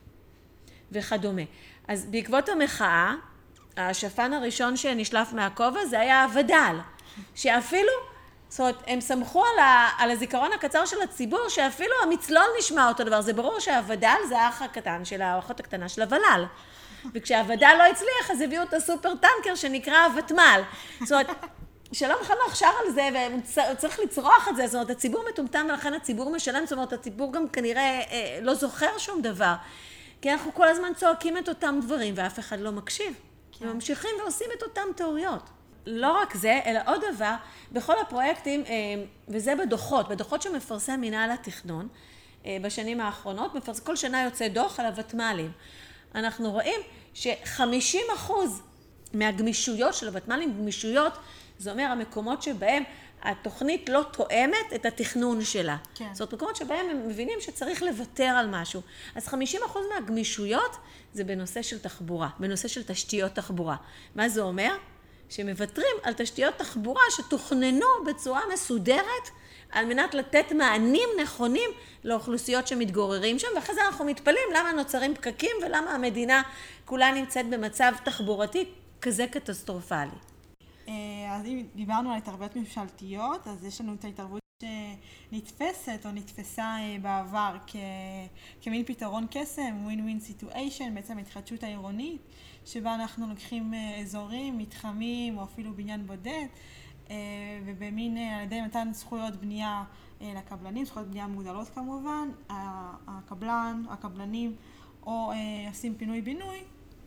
וכדומה. אז בעקבות המחאה, השפן הראשון שנשלף מהכובע זה היה הווד"ל, שאפילו זאת אומרת, הם סמכו על, ה, על הזיכרון הקצר של הציבור, שאפילו המצלול נשמע אותו דבר. זה ברור שהווד"ל זה האח הקטן של האחות הקטנה של הוול"ל. וכשהווד"ל לא הצליח, אז הביאו את הסופר טנקר שנקרא הוותמ"ל. זאת אומרת, שלום חנוך שר על זה, והוא צריך לצרוח את זה. זאת אומרת, הציבור מטומטם, ולכן הציבור משלם. זאת אומרת, הציבור גם כנראה אה, לא זוכר שום דבר. כי אנחנו כל הזמן צועקים את אותם דברים, ואף אחד לא מקשיב. כן. וממשיכים ועושים את אותם טעויות. לא רק זה, אלא עוד דבר, בכל הפרויקטים, וזה בדוחות, בדוחות שמפרסם מינהל התכנון, בשנים האחרונות, מפרסם, כל שנה יוצא דוח על הוותמ"לים. אנחנו רואים ש-חמישים אחוז מהגמישויות של הוותמ"לים, גמישויות, זה אומר המקומות שבהם התוכנית לא תואמת את התכנון שלה. כן. זאת אומרת, מקומות שבהם הם מבינים שצריך לוותר על משהו. אז חמישים אחוז מהגמישויות זה בנושא של תחבורה, בנושא של תשתיות תחבורה. מה זה אומר? שמוותרים על תשתיות תחבורה שתוכננו בצורה מסודרת על מנת לתת מענים נכונים לאוכלוסיות שמתגוררים שם, ואחרי זה אנחנו מתפלאים למה נוצרים פקקים ולמה המדינה כולה נמצאת במצב תחבורתי כזה קטסטרופלי. אז אם דיברנו על התערבויות ממשלתיות, אז יש לנו את ההתערבות שנתפסת או נתפסה בעבר כ... כמין פתרון קסם, win-win situation, בעצם התחדשות העירונית, שבה אנחנו לוקחים אזורים, מתחמים או אפילו בניין בודד, ובמין על ידי מתן זכויות בנייה לקבלנים, זכויות בנייה מוגדלות כמובן, הקבלן, הקבלנים או עושים פינוי בינוי,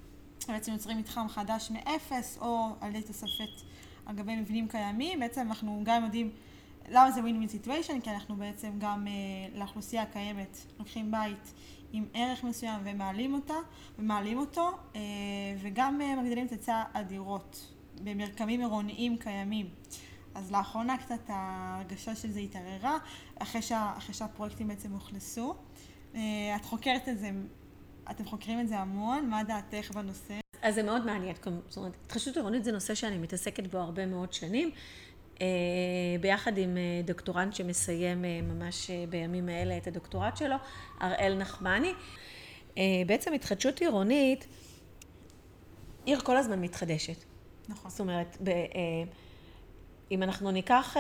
בעצם יוצרים מתחם חדש מאפס, או על ידי תוספת על גבי מבנים קיימים. בעצם אנחנו גם יודעים למה זה win-win situation, כי אנחנו בעצם גם uh, לאוכלוסייה הקיימת לוקחים בית עם ערך מסוים ומעלים אותה, ומעלים אותו, uh, וגם uh, מגדילים את היצע הדירות במרקמים עירוניים קיימים. אז לאחרונה קצת ההרגשה של זה התערערה, אחרי, שה, אחרי שהפרויקטים בעצם הוכנסו. Uh, את חוקרת את זה, אתם חוקרים את זה המון, מה דעתך בנושא? אז זה מאוד מעניין, זאת אומרת, התחדשות עירונית זה נושא שאני מתעסקת בו הרבה מאוד שנים, ביחד עם דוקטורנט שמסיים ממש בימים האלה את הדוקטורט שלו, אראל נחמני. בעצם התחדשות עירונית, עיר כל הזמן מתחדשת. נכון. זאת אומרת, אם אנחנו ניקח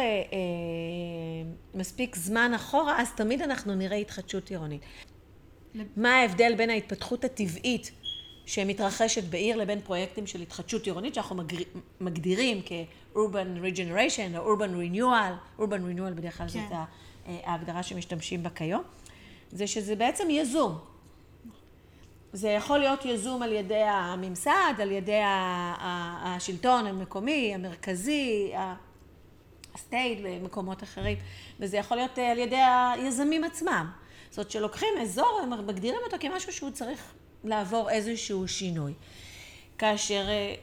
מספיק זמן אחורה, אז תמיד אנחנו נראה התחדשות עירונית. מה ההבדל בין ההתפתחות הטבעית שמתרחשת בעיר לבין פרויקטים של התחדשות עירונית, שאנחנו מגדירים כ-urban regeneration או urban renewal, urban renewal בדרך כלל זאת ההגדרה שמשתמשים בה כיום, זה שזה בעצם יזום. זה יכול להיות יזום על ידי הממסד, על ידי השלטון המקומי, המרכזי, הסטייט ומקומות אחרים, וזה יכול להיות על ידי היזמים עצמם. זאת אומרת שלוקחים אזור ומגדירים אותו כמשהו שהוא צריך לעבור איזשהו שינוי. כאשר אה,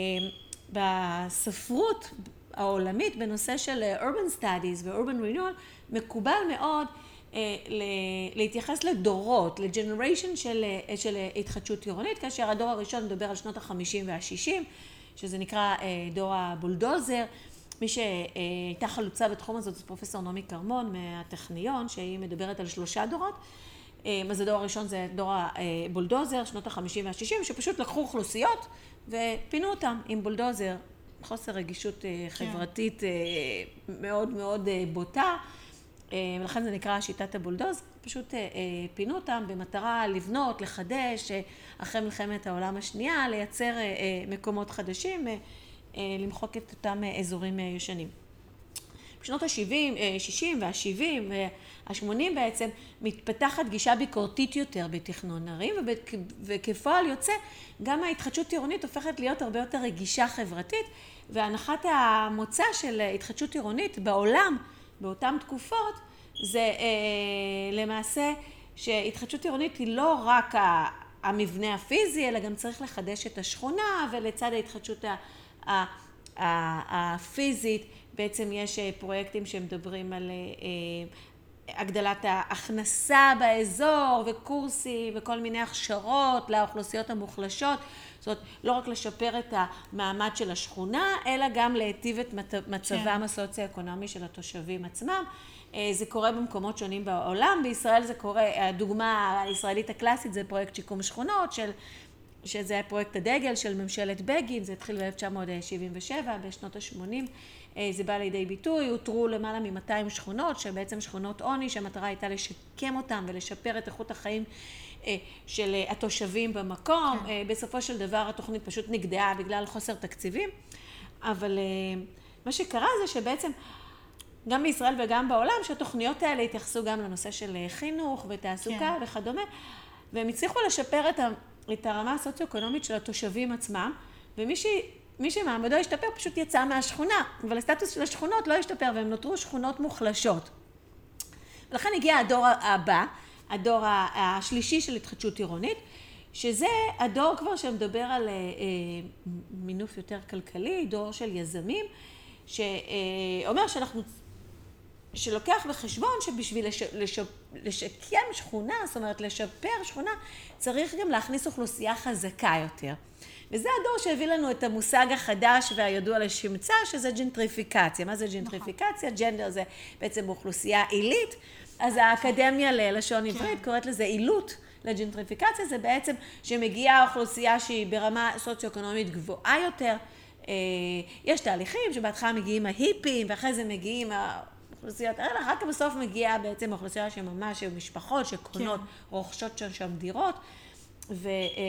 בספרות העולמית בנושא של urban studies ו-urban renewal מקובל מאוד אה, להתייחס לדורות, לג'נריישן של, של התחדשות עירונית, כאשר הדור הראשון מדבר על שנות ה-חמישים וה-שישים, שזה נקרא אה, דור הבולדוזר. מי שהייתה חלוצה בתחום הזאת זה פרופסור נעמי כרמון מהטכניון, שהיא מדברת על שלושה דורות. אז הדור הראשון זה דור הבולדוזר, שנות ה-חמישים וה-שישים, שפשוט לקחו אוכלוסיות ופינו אותם עם בולדוזר, חוסר רגישות חברתית מאוד מאוד בוטה, ולכן זה נקרא שיטת הבולדוז, פשוט פינו אותם במטרה לבנות, לחדש, אחרי מלחמת העולם השנייה, לייצר מקומות חדשים, למחוק את אותם אזורים ישנים. בשנות ה-שבעים, שישים וה-שבעים וה-שמונים בעצם מתפתחת גישה ביקורתית יותר בתכנון ערים, וכפועל יוצא גם ההתחדשות עירונית הופכת להיות הרבה יותר רגישה חברתית, והנחת המוצא של התחדשות עירונית בעולם באותן תקופות זה למעשה שהתחדשות עירונית היא לא רק המבנה הפיזי, אלא גם צריך לחדש את השכונה, ולצד ההתחדשות הפיזית בעצם יש פרויקטים שמדברים על הגדלת ההכנסה באזור וקורסים וכל מיני הכשרות לאוכלוסיות המוחלשות. זאת אומרת, לא רק לשפר את המעמד של השכונה, אלא גם להיטיב את מצבם הסוציו-אקונומי של התושבים עצמם. זה קורה במקומות שונים בעולם. בישראל זה קורה, הדוגמה הישראלית הקלאסית זה פרויקט שיקום שכונות של שזה היה פרויקט הדגל של ממשלת בגין, זה התחיל ב-אלף תשע מאות שבעים ושבע, בשנות ה-שמונים זה בא לידי ביטוי, הותרו למעלה מ-מאתיים שכונות, שבעצם שכונות עוני, שהמטרה הייתה לשקם אותם ולשפר את איכות החיים של התושבים במקום. בסופו של דבר התוכנית פשוט נגדעה בגלל חוסר תקציבים, אבל מה שקרה זה שבעצם גם בישראל וגם בעולם, שהתוכניות האלה התייחסו גם לנושא של חינוך ותעסוקה וכדומה, והם הצליחו לשפר את ה... את הרמה הסוציו-אקונומית של התושבים עצמם, ומי ש... מי שמעמדו השתפר פשוט יצא מהשכונה, אבל הסטטוס של השכונות לא השתפר, והם נותרו שכונות מוחלשות. ולכן הגיע הדור הבא, הדור השלישי של התחדשות עירונית, שזה הדור כבר שמדבר על מינוף יותר כלכלי, דור של יזמים, שאומר שאנחנו... שלוקח בחשבון שבשביל לש, לש, לשקם שכונה, זאת אומרת לשפר שכונה, צריך גם להכניס אוכלוסייה חזקה יותר. וזה הדור שהביא לנו את המושג החדש והידוע לשמצה, שזה ג'נטריפיקציה. מה זה ג'נטריפיקציה? ג'נדר זה בעצם אוכלוסייה עילית, אז האקדמיה ללשון עברית קוראת לזה עילות. לג'נטריפיקציה זה בעצם שמגיעה אוכלוסייה שהיא ברמה סוציו-אקונומית גבוהה יותר. יש תהליכים שבהתחלה מגיעים ההיפים, ואחרי זה מגיעים האוכלוסיות, רק בסוף מגיעה בעצם אוכלוסייה שממש משפחות שקונות, רוכשות שם דירות, ו...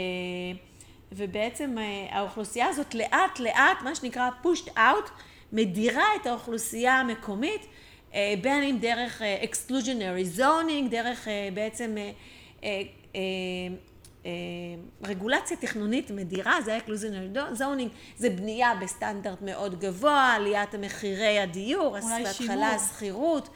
ובעצם האוכלוסייה הזאת לאט לאט, מה שנקרא pushed out, מדירה את האוכלוסייה המקומית, בין אם דרך exclusionary zoning, דרך בעצם רגולציה תכנונית מדירה, זה ה-Exclusionary zoning, זה בנייה בסטנדרט מאוד גבוה, עליית מחירי הדיור, בהתחלה שכירות.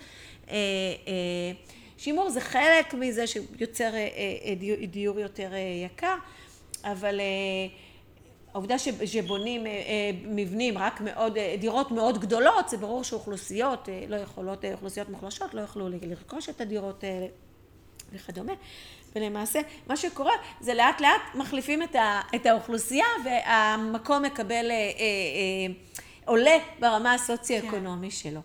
שימור זה חלק מזה שיוצר דיור יותר יקר, אבל העובדה שבונים מבנים רק מאוד, דירות מאוד גדולות, זה ברור שאוכלוסיות לא יכולות, אוכלוסיות מוחלשות לא יכולו לרכוש את הדירות האלה וכדומה. ולמעשה, מה שקורה זה לאט לאט מחליפים את האוכלוסייה והמקום מקבל, עולה ברמה הסוציו-אקונומי שלו.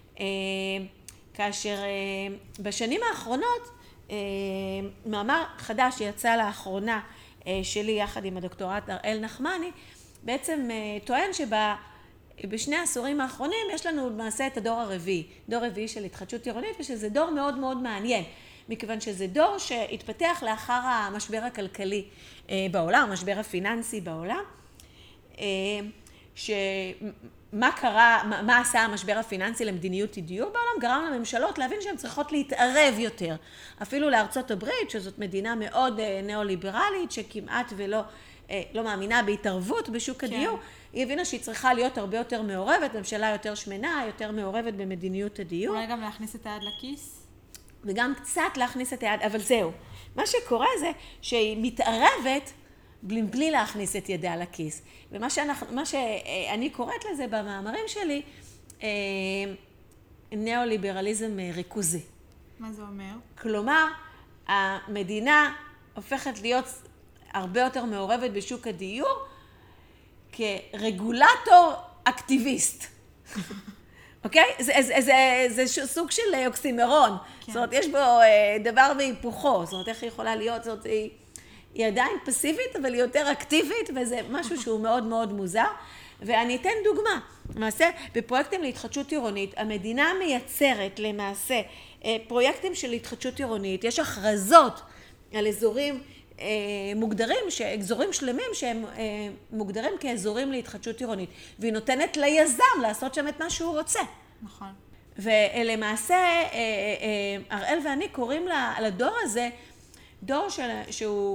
כאשר בשנים האחרונות, מאמר חדש שיצא לאחרונה שלי יחד עם הדוקטורט הראל נחמני, בעצם טוען שבשני העשורים האחרונים יש לנו למעשה את הדור הרביעי, דור רביעי של התחדשות עירונית, ושזה דור מאוד מאוד מעניין, מכיוון שזה דור שהתפתח לאחר המשבר הכלכלי בעולם, המשבר הפיננסי בעולם, שמה קרה, מה עשה המשבר הפיננסי למדיניות דיור בעולם, גרם לממשלות להבין שהן צריכות להתערב יותר. אפילו לארצות הברית, שזאת מדינה מאוד ניאו-ליברלית, שכמעט ולא לא מאמינה בהתערבות בשוק הדיור, כן. היא הבינה שהיא צריכה להיות הרבה יותר מעורבת, ממשלה יותר שמנה, יותר מעורבת במדיניות הדיור. אולי גם להכניס את היד לכיס? וגם קצת להכניס את היד, אבל זהו. מה שקורה זה שהיא מתערבת בלי, בלי להכניס את ידה לכיס. ומה שאנחנו, מה שאני קוראת לזה במאמרים שלי, ניאו-ליברליזם ריכוזי. מה זה אומר? כלומר, המדינה הופכת להיות הרבה יותר מעורבת בשוק הדיור כרגולטור אקטיביסט. אוקיי? זה, זה, זה, זה סוג של אוקסימרון. כן. זאת אומרת, יש בו דבר והיפוכו. זאת אומרת, איך היא יכולה להיות? זאת אומרת, היא, היא עדיין פסיבית, אבל היא יותר אקטיבית, וזה משהו שהוא מאוד מאוד מוזר. ואני אתן דוגמה. למעשה, בפרויקטים להתחדשות עירונית, המדינה מייצרת למעשה פרויקטים של התחדשות עירונית. יש הכרזות על אזורים מוגדרים, אזורים שלמים שהם מוגדרים כאזורים להתחדשות עירונית, והיא נותנת ליזם לעשות שם את מה שהוא רוצה. נכון. ולמעשה, הראל ואני קוראים לדור הזה, דור שהוא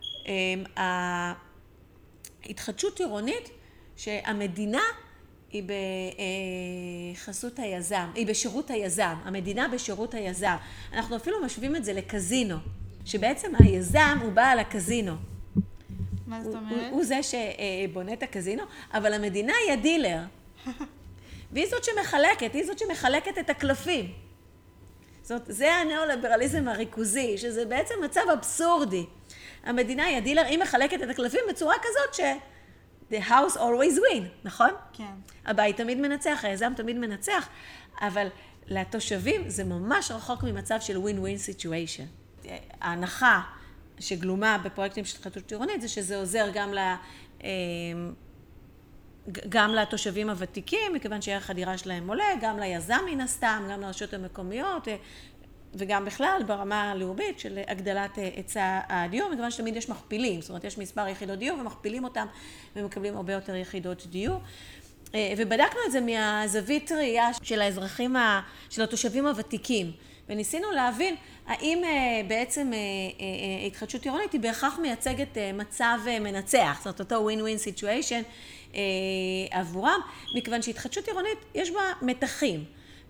ההתחדשות עירונית, שהמדינה היא בחסות היזם, היא בשירות היזם, המדינה בשירות היזם. אנחנו אפילו משווים את זה לקזינו. שבעצם היזם הוא בעל הקזינו. מה זאת אומרת? הוא, הוא זה שבונה את הקזינו, אבל המדינה היא הדילר. והיא זאת שמחלקת, היא זאת שמחלקת את הקלפים. זאת אומרת, זה הניאו-ליברליזם הריכוזי, שזה בעצם מצב אבסורדי. המדינה היא הדילר, היא מחלקת את הקלפים בצורה כזאת ש... The house always win, נכון? כן. הבית תמיד מנצח, היזם תמיד מנצח, אבל לתושבים זה ממש רחוק ממצב של win-win situation. ההנחה שגלומה בפרויקטים של התחדשות עירונית זה שזה עוזר גם, ל, גם לתושבים הוותיקים, מכיוון שערך הדירה שלהם עולה, גם ליזם מן הסתם, גם לרשויות המקומיות, וגם בכלל ברמה הלאומית של הגדלת היצע הדיור, מכיוון שתמיד יש מכפילים, זאת אומרת יש מספר יחידות דיור ומכפילים אותם ומקבלים הרבה יותר יחידות דיור. ובדקנו את זה מהזווית ראייה של האזרחים, של התושבים הוותיקים. וניסינו להבין האם בעצם התחדשות עירונית היא בהכרח מייצגת מצב מנצח, זאת אומרת אותו win-win situation עבורם, מכיוון שהתחדשות עירונית יש בה מתחים.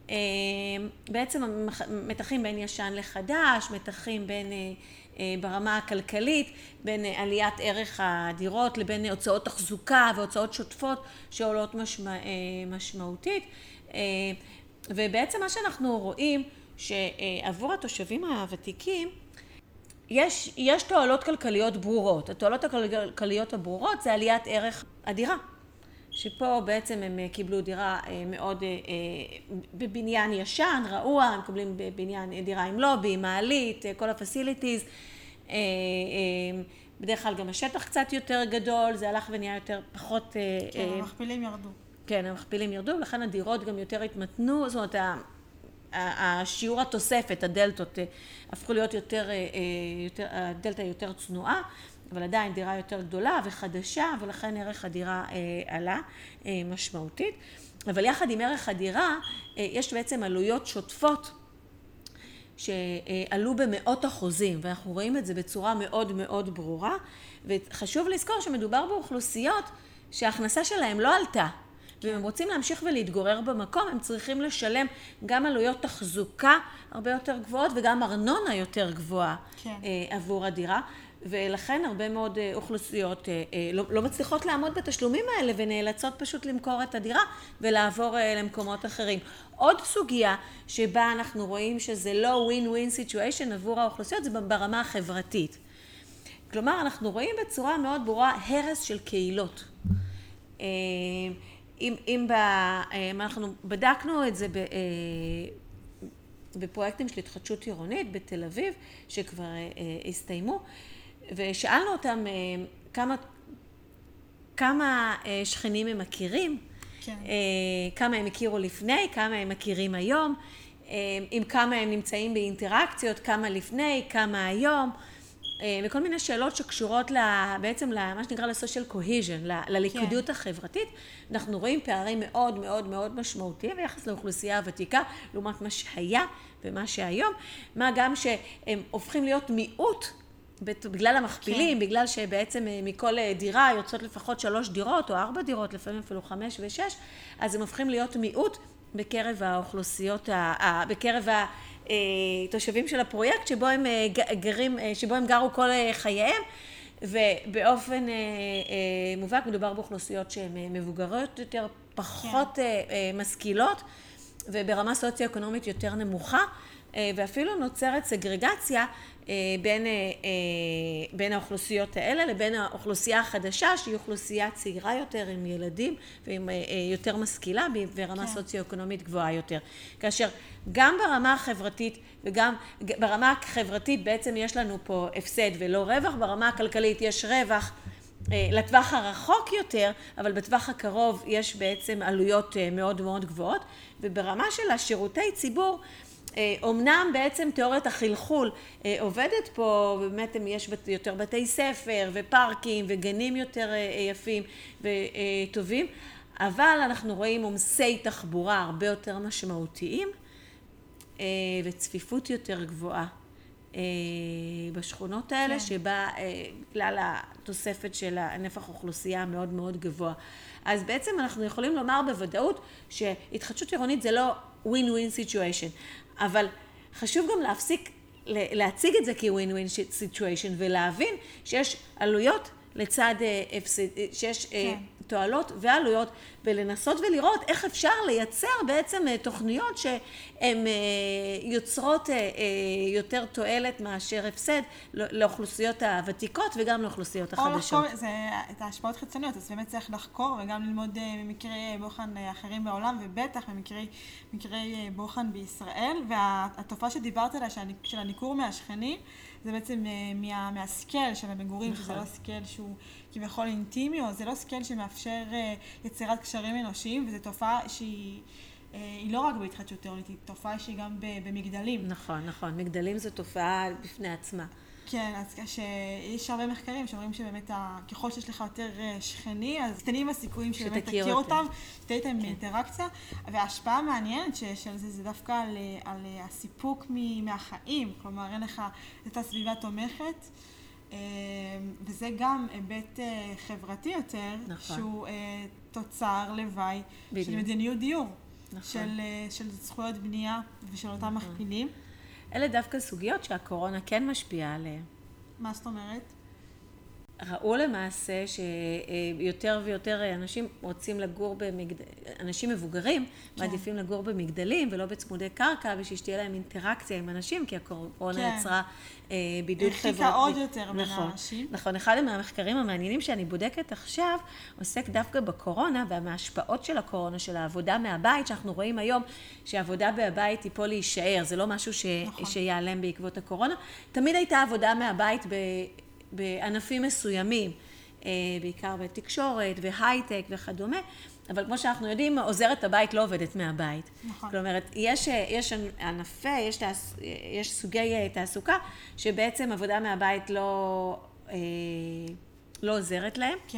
בעצם מתחים בין ישן לחדש, מתחים בין ברמה הכלכלית, בין עליית ערך הדירות לבין הוצאות תחזוקה והוצאות שוטפות שעולות משמע, משמעותית. ובעצם מה שאנחנו רואים שעבור התושבים הוותיקים יש, יש תועלות כלכליות ברורות. התועלות הכלכליות הברורות זה עליית ערך הדירה. שפה בעצם הם קיבלו דירה מאוד בבניין ישן, רעוע, הם מקבלים בבניין דירה עם לובי, מעלית, כל הפסיליטיז. בדרך כלל גם השטח קצת יותר גדול, זה הלך ונהיה יותר פחות... כן, המכפילים ירדו. כן, המכפילים ירדו, לכן הדירות גם יותר התמתנו, זאת אומרת, השיעור התוספת, הדלתות, הפכו להיות יותר, יותר, הדלתה יותר צנועה, אבל עדיין דירה יותר גדולה וחדשה, ולכן ערך הדירה עלה משמעותית. אבל יחד עם ערך הדירה, יש בעצם עלויות שוטפות שעלו במאות אחוזים, ואנחנו רואים את זה בצורה מאוד מאוד ברורה, וחשוב לזכור שמדובר באוכלוסיות שההכנסה שלהם לא עלתה, ואם הם רוצים להמשיך ולהתגורר במקום, הם צריכים לשלם גם עלויות תחזוקה הרבה יותר גבוהות, וגם ארנונה יותר גבוהה כן. עבור הדירה, ולכן הרבה מאוד אוכלוסיות לא, לא מצליחות לעמוד בתשלומים האלה, ונאלצות פשוט למכור את הדירה, ולעבור למקומות אחרים. עוד סוגיה שבה אנחנו רואים שזה לא win-win situation עבור האוכלוסיות, זה ברמה החברתית. כלומר, אנחנו רואים בצורה מאוד ברורה הרס של קהילות. אם, אם, ב, אם אנחנו בדקנו את זה ב, בפרויקטים של התחדשות עירונית בתל אביב, שכבר הסתיימו, ושאלנו אותם כמה, כמה שכנים הם מכירים, כן. כמה הם הכירו לפני, כמה הם מכירים היום, עם כמה הם נמצאים באינטראקציות, כמה לפני, כמה היום, וכל מיני שאלות שקשורות בעצם למה שנקרא ל-social cohesion, לליכודיות כן. החברתית. אנחנו רואים פערים מאוד מאוד מאוד משמעותיים ביחס לאוכלוסייה הוותיקה, לעומת מה שהיה ומה שהיום, מה גם שהם הופכים להיות מיעוט, בגלל המכפילים, כן. בגלל שבעצם מכל דירה יוצאות לפחות שלוש דירות או ארבע דירות, לפעמים אפילו חמש ושש, אז הם הופכים להיות מיעוט בקרב האוכלוסיות, בקרב התושבים של הפרויקט, שבו הם גרים, שבו הם גרו כל חייהם, ובאופן מובהק מדובר באוכלוסיות שהן מבוגרות יותר, פחות כן. משכילות, וברמה סוציו-אקונומית יותר נמוכה, ואפילו נוצרת סגרגציה בין, בין האוכלוסיות האלה לבין האוכלוסייה החדשה, שהיא אוכלוסייה צעירה יותר עם ילדים ועם יותר משכילה ברמה כן. סוציו-אקונומית גבוהה יותר. כאשר גם ברמה החברתית וגם ברמה החברתית בעצם יש לנו פה הפסד ולא רווח, ברמה הכלכלית יש רווח לטווח הרחוק יותר, אבל בטווח הקרוב יש בעצם עלויות מאוד מאוד גבוהות, וברמה של השירותי ציבור, אומנם בעצם תיאוריית החלחול עובדת פה, ובאמת יש יותר בתי ספר ופארקים וגנים יותר יפים וטובים, אבל אנחנו רואים עומסי תחבורה הרבה יותר משמעותיים וצפיפות יותר גבוהה בשכונות האלה, כן. שבה כלל התוספת של הנפח אוכלוסייה מאוד מאוד גבוה. אז בעצם אנחנו יכולים לומר בוודאות שהתחדשות עירונית זה לא win-win situation. אבל חשוב גם להפסיק, להציג את זה כ-win-win situation, ולהבין שיש עלויות לצד, שיש כן. תועלות ועלויות, ולנסות ולראות איך אפשר לייצר בעצם תוכניות שהן יוצרות יותר תועלת מאשר הפסד לאוכלוסיות הוותיקות וגם לאוכלוסיות החדשות. או לחקור, זה, את ההשפעות חיצוניות, אז באמת צריך לחקור וגם ללמוד ממקרי בוחן אחרים בעולם, ובטח ממקרי מקרי בוחן בישראל, והתופעה שדיברת עליה של הניכור מהשכנים, זה בעצם מה, מהסקל של המגורים, נכון. שזה לא סקל שהוא כביכול אינטימי, או זה לא סקל שמאפשר יצירת קשרים אנושיים, וזו תופעה שהיא היא לא רק בהתחדשות עירונית, היא תופעה שהיא גם במגדלים. נכון, נכון. מגדלים זו תופעה בפני עצמה. כן, אז יש הרבה מחקרים שאומרים שבאמת ככל שיש לך יותר שכני, אז קטנים הסיכויים שבאמת תכיר אותם, שתהיה איתם באינטראקציה, וההשפעה המעניינת של זה זה דווקא על, על הסיפוק מהחיים, כלומר אין לך את הסביבה תומכת, וזה גם היבט חברתי יותר, נכון. שהוא תוצר לוואי בדיוק. של מדיניות דיור, נכון. של, של זכויות בנייה ושל אותם נכון. מכפילים. אלה דווקא סוגיות שהקורונה כן משפיעה עליהן. מה זאת אומרת? ראו למעשה שיותר ויותר אנשים רוצים לגור במגדלים, אנשים מבוגרים כן. מעדיפים לגור במגדלים ולא בצמודי קרקע, בשביל שתהיה להם אינטראקציה עם אנשים, כי הקורונה כן. יצרה בידוד חברתי. הרחיקה עוד יותר בין האנשים. נכון, אחד מהמחקרים המעניינים שאני בודקת עכשיו, עוסק דווקא בקורונה, וההשפעות של הקורונה, של העבודה מהבית, שאנחנו רואים היום שהעבודה מהבית היא פה להישאר, זה לא משהו ש... נכון. שיעלם בעקבות הקורונה. תמיד הייתה עבודה מהבית ב... בענפים מסוימים, בעיקר בתקשורת והייטק וכדומה, אבל כמו שאנחנו יודעים, עוזרת הבית לא עובדת מהבית. נכון. כלומר, יש, יש ענפי, יש, תעס, יש סוגי תעסוקה, שבעצם עבודה מהבית לא, לא עוזרת להם. כן.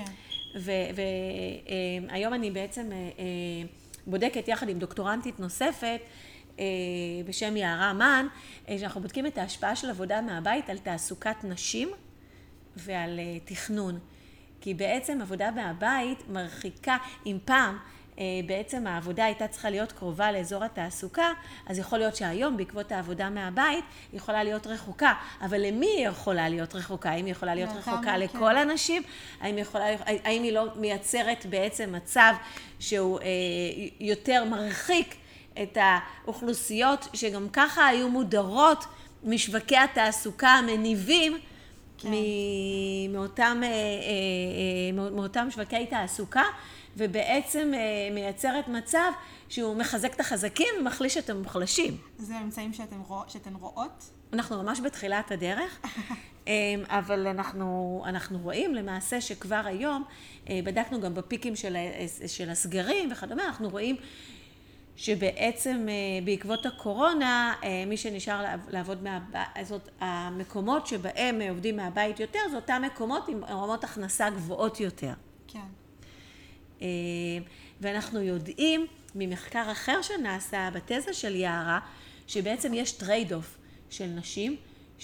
והיום אני בעצם בודקת יחד עם דוקטורנטית נוספת, בשם יערה מן, שאנחנו בודקים את ההשפעה של עבודה מהבית על תעסוקת נשים ועל תכנון. כי בעצם עבודה מהבית מרחיקה, אם פעם בעצם העבודה הייתה צריכה להיות קרובה לאזור התעסוקה, אז יכול להיות שהיום בעקבות העבודה מהבית היא יכולה להיות רחוקה. אבל למי היא יכולה להיות רחוקה? האם היא יכולה להיות רחוקה לכל הנשים? האם, יכולה, האם היא לא מייצרת בעצם מצב שהוא יותר מרחיק את האוכלוסיות שגם ככה היו מודרות משווקי התעסוקה המניבים, כן. מאותם, מאותם שווקי תעסוקה, ובעצם מייצרת מצב שהוא מחזק את החזקים ומחליש את המוחלשים. זה ממצאים שאתם, רוא, שאתן רואות? אנחנו ממש בתחילת הדרך, אבל אנחנו, אנחנו רואים למעשה שכבר היום, בדקנו גם בפיקים של, של הסגרים וכדומה, אנחנו רואים שבעצם בעקבות הקורונה, מי שנשאר לעבוד מהבית, זאת המקומות שבהם עובדים מהבית יותר, זה אותם מקומות עם רמות הכנסה גבוהות יותר. כן. ואנחנו יודעים ממחקר אחר שנעשה בתזה של יערה, שבעצם יש טרייד אוף של נשים,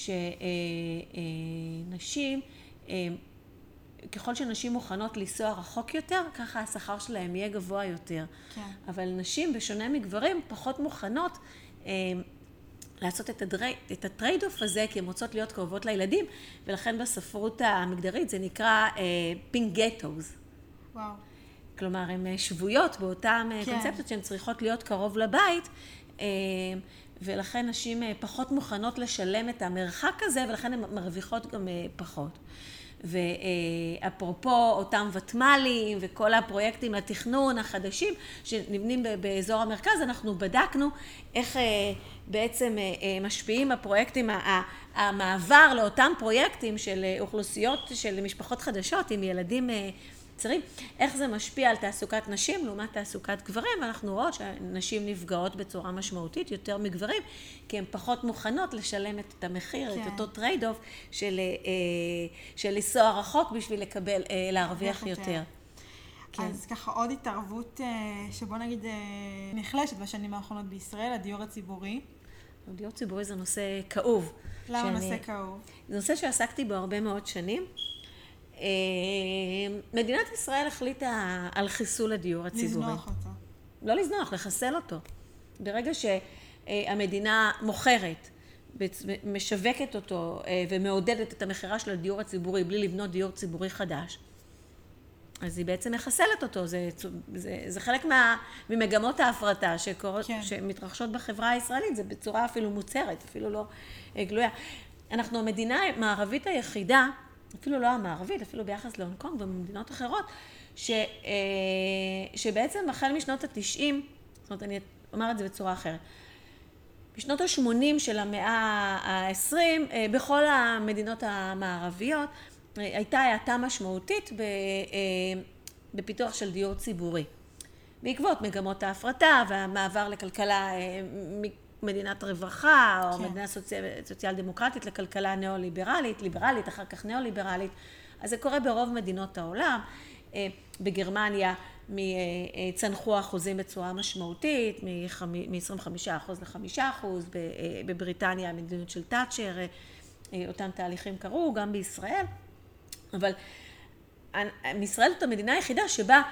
שנשים, ככל שנשים מוכנות לנסוע רחוק יותר, ככה השכר שלהם יהיה גבוה יותר. כן. אבל נשים, בשונה מגברים, פחות מוכנות אה, לעשות את, הדרי, את הטרייד אוף הזה, כי הן רוצות להיות קרובות לילדים, ולכן בספרות המגדרית זה נקרא פינק אה, גטוז. וואו. כלומר, הן שבויות באותן כן. קונספציות שהן צריכות להיות קרוב לבית, אה, ולכן נשים פחות מוכנות לשלם את המרחק הזה, ולכן הן מרוויחות גם אה, פחות. ואפרופו אותם ותמ"לים וכל הפרויקטים לתכנון החדשים שנבנים באזור המרכז, אנחנו בדקנו איך בעצם משפיעים הפרויקטים, המעבר לאותם פרויקטים של אוכלוסיות של משפחות חדשות עם ילדים צעירים, איך זה משפיע על תעסוקת נשים לעומת תעסוקת גברים, ואנחנו רואות שנשים נפגעות בצורה משמעותית יותר מגברים, כי הן פחות מוכנות לשלם את המחיר, כן. את אותו טרייד אוף של, של לנסוע רחוק בשביל לקבל, להרוויח יותר. כן. אז ככה עוד התערבות שבוא נגיד נחלשת בשנים האחרונות בישראל, הדיור הציבורי. הדיור הציבורי זה נושא כאוב. למה שאני, נושא כאוב? זה נושא שעסקתי בו הרבה מאוד שנים. מדינת ישראל החליטה על חיסול הדיור הציבורי. לזנוח אותו. לא לזנוח, לחסל אותו. ברגע שהמדינה מוכרת, משווקת אותו ומעודדת את המחירה של הדיור הציבורי בלי לבנות דיור ציבורי חדש, אז היא בעצם מחסלת אותו. זה, זה, זה חלק מה, ממגמות ההפרטה שקורות, כן. שמתרחשות בחברה הישראלית, זה בצורה אפילו מוצהרת, אפילו לא גלויה. אנחנו המדינה המערבית היחידה, אפילו לא המערבית, אפילו ביחס להונג קונג ובמדינות אחרות, ש, שבעצם החל משנות התשעים, זאת אומרת, אני אומר את זה בצורה אחרת, בשנות ה-שמונים של המאה ה-עשרים, בכל המדינות המערביות, הייתה האטה משמעותית בפיתוח של דיור ציבורי. בעקבות מגמות ההפרטה והמעבר לכלכלה מדינת רווחה, או כן. מדינה סוציאל, סוציאל דמוקרטית לכלכלה ניאו-ליברלית, ליברלית, אחר כך ניאו-ליברלית. אז זה קורה ברוב מדינות העולם. בגרמניה צנחו אחוזים בצורה משמעותית, מ-עשרים וחמישה אחוז ל-חמישה אחוז, בבריטניה המדיניות של תאצ'ר, אותם תהליכים קרו, גם בישראל. אבל ישראל זאת המדינה היחידה שבה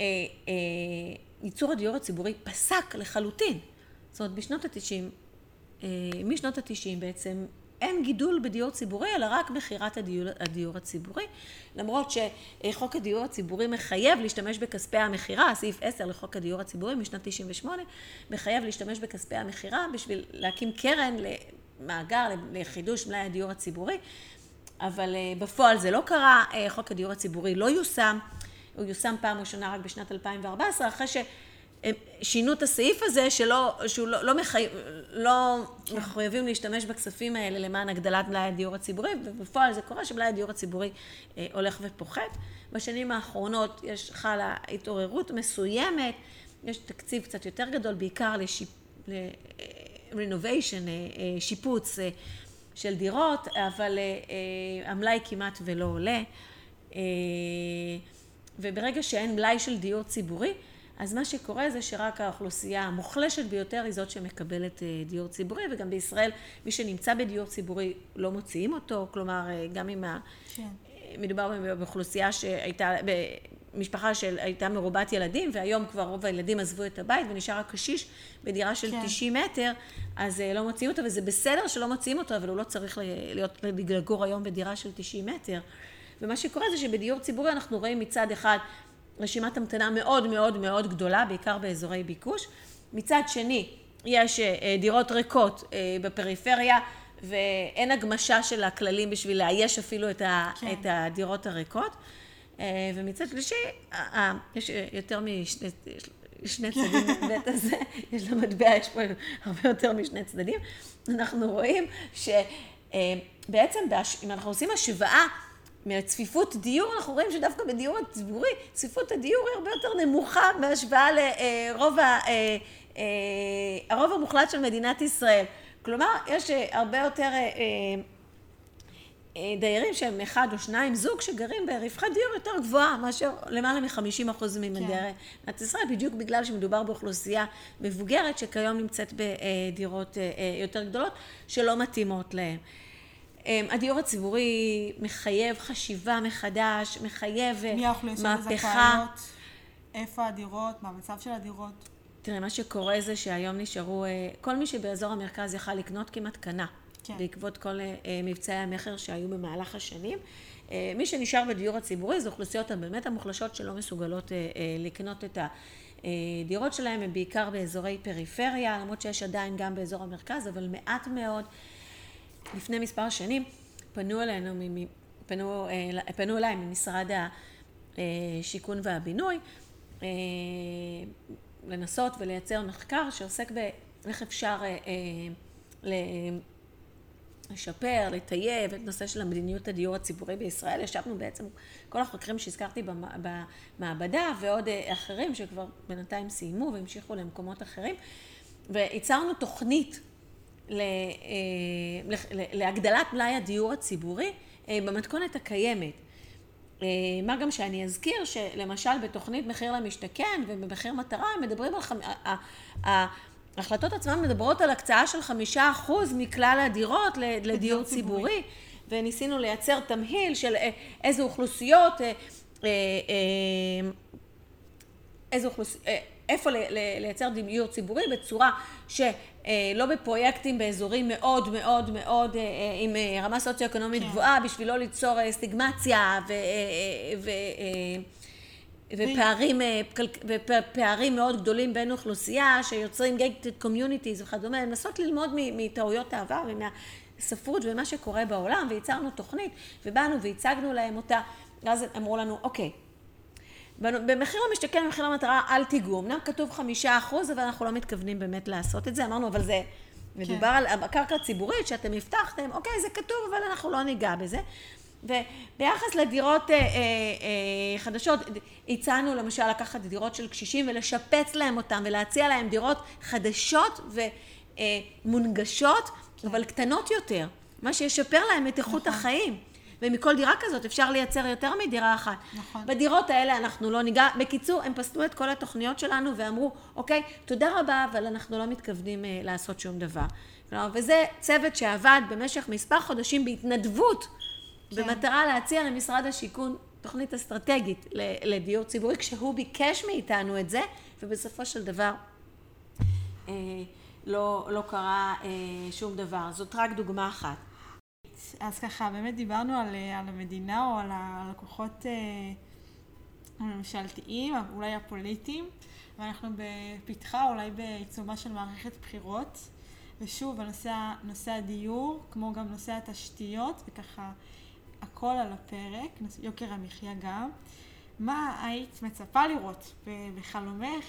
ייצור הדיור הציבורי פסק לחלוטין. זאת אומרת, בשנות ה-תשעים, משנות ה-תשעים בעצם, אין גידול בדיור ציבורי, אלא רק מחירת הדיור, הדיור הציבורי. למרות שחוק הדיור הציבורי מחייב להשתמש בכספי המחירה, סעיף עשר לחוק הדיור הציבורי משנת תשעים ושמונה, מחייב להשתמש בכספי המחירה בשביל להקים קרן למאגר לחידוש מלאי הדיור הציבורי. אבל בפועל זה לא קרה, חוק הדיור הציבורי לא יושם, הוא יושם פעם ראשונה רק בשנת אלפיים וארבע עשרה, אחרי ש... שינו את הסעיף הזה שלא, שהוא לא, לא, מחי... לא כן. מחויבים להשתמש בכספים האלה למען הגדלת מלאי הדיור הציבורי, ובפועל זה קורה שמלאי הדיור הציבורי אה, הולך ופוחת. בשנים האחרונות יש חלה התעוררות מסוימת, יש תקציב קצת יותר גדול, בעיקר לשיפ... ל-renovation, אה, שיפוץ אה, של דירות, אבל אה, המלאי כמעט ולא עולה. אה, וברגע שאין מלאי של דיור ציבורי, אז מה שקורה זה שרק האוכלוסייה המוחלשת ביותר היא זאת שמקבלת דיור ציבורי, וגם בישראל מי שנמצא בדיור ציבורי לא מוציאים אותו, כלומר גם אם כן. מדובר באוכלוסייה שהייתה, במשפחה שהייתה מרובת ילדים, והיום כבר רוב הילדים עזבו את הבית ונשאר הקשיש בדירה של כן. תשעים מטר, אז לא מוציאים אותו, וזה בסדר שלא מוציאים אותו, אבל הוא לא צריך להיות לגור היום בדירה של תשעים מטר. ומה שקורה זה שבדיור ציבורי אנחנו רואים מצד אחד רשימת המתנה מאוד מאוד מאוד גדולה, בעיקר באזורי ביקוש. מצד שני, יש דירות ריקות בפריפריה, ואין הגמשה של הכללים בשביל לאייש אפילו את, ה, כן. את הדירות הריקות. ומצד שלישי, יש יותר משני שני צדדים בבית הזה, יש למטבע, יש פה הרבה יותר משני צדדים. אנחנו רואים שבעצם, אם אנחנו עושים השוואה, מצפיפות דיור, אנחנו רואים שדווקא בדיור הציבורי, צפיפות הדיור היא הרבה יותר נמוכה בהשוואה לרוב הרוב המוחלט של מדינת ישראל. כלומר, יש הרבה יותר דיירים שהם אחד או שניים זוג שגרים ברווחת דיור יותר גבוהה, מאשר למעלה מ-חמישים אחוז ממדינת ישראל, בדיוק בגלל שמדובר באוכלוסייה מבוגרת שכיום נמצאת בדירות יותר גדולות שלא מתאימות להם. הדיור הציבורי מחייב חשיבה מחדש, מחייב מי האוכלוסיות הזכאיות? איפה הדירות? מה המצב של הדירות? תראה, מה שקורה זה שהיום נשארו, כל מי שבאזור המרכז יכל לקנות כמעט קנה, כן. בעקבות כל מבצעי המחר שהיו במהלך השנים. מי שנשאר בדיור הציבורי זה אוכלוסיות הבאמת המוחלשות שלא מסוגלות לקנות את הדירות שלהם, הם בעיקר באזורי פריפריה, למרות שיש עדיין גם באזור המרכז, אבל מעט מאוד. לפני מספר שנים פנו אלינו, פנו, פנו אליי ממשרד השיכון והבינוי, לנסות ולייצר מחקר שעוסק באיך אפשר לשפר, לטייב את נושא של המדיניות הדיור הציבורי בישראל. ישבנו בעצם כל החוקרים שהזכרתי במעבדה ועוד אחרים שכבר בינתיים סיימו והמשיכו למקומות אחרים, וייצרנו תוכנית להגדלת מלאי הדיור הציבורי במתכונת הקיימת. מה גם שאני אזכיר שלמשל בתוכנית מחיר למשתכן ובמחיר מטרה הם מדברים על חמ... ההחלטות עצמן מדברות על הקצאה של חמישה אחוז מכלל הדירות לדיור ציבורי, וניסינו לייצר תמהיל של איזה אוכלוסיות, איזה אוכלוסיות, איפה לייצר דיור ציבורי בצורה שלא בפרויקטים באזורים מאוד מאוד מאוד עם רמה סוציו-אקונומית גבוהה, בשביל לא ליצור סטיגמציה ופערים, ופערים מאוד גדולים בין אוכלוסייה שיוצרים gated communities וכדומה, לנסות ללמוד מטעויות העבר ומהספרות ומה שקורה בעולם, וייצרנו תוכנית ובאנו והצגנו להם אותה, ואז אמרו לנו, אוקיי, במחיר למשתכן ובמחיר למטרה אל תיגעו, אמנם כתוב חמישה אחוז, אבל אנחנו לא מתכוונים באמת לעשות את זה. אמרנו, אבל זה מדובר על הקרקע ציבורית שאתם הבטחתם, אוקיי, זה כתוב, אבל אנחנו לא ניגע בזה. וביחס לדירות אה, אה, אה, חדשות, הצענו למשל לקחת דירות של קשישים ולשפץ להם אותם ולהציע להם דירות חדשות ומונגשות, כן. אבל קטנות יותר, מה שישפר להם את איכות נכון. החיים. ומכל דירה כזאת אפשר לייצר יותר מדירה אחת. נכון. בדירות האלה אנחנו לא ניגע. בקיצור, הם פסלו את כל התוכניות שלנו ואמרו, אוקיי, תודה רבה, אבל אנחנו לא מתכוונים אה, לעשות שום דבר. כלומר, וזה צוות שעבד במשך מספר חודשים בהתנדבות, כן. במטרה להציע למשרד השיכון תוכנית אסטרטגית לדיור ציבורי, כשהוא ביקש מאיתנו את זה, ובסופו של דבר אה, לא, לא קרה אה, שום דבר. זאת רק דוגמה אחת. אז ככה, באמת דיברנו על, על המדינה או על הלקוחות הממשלתיים, אולי הפוליטיים, ואנחנו בפתחה, אולי בעיצומה של מערכת בחירות, ושוב, הנושא, נושא הדיור, כמו גם נושא התשתיות, וככה הכל על הפרק, יוקר המחיה גם. מה היית מצפה לראות בחלומך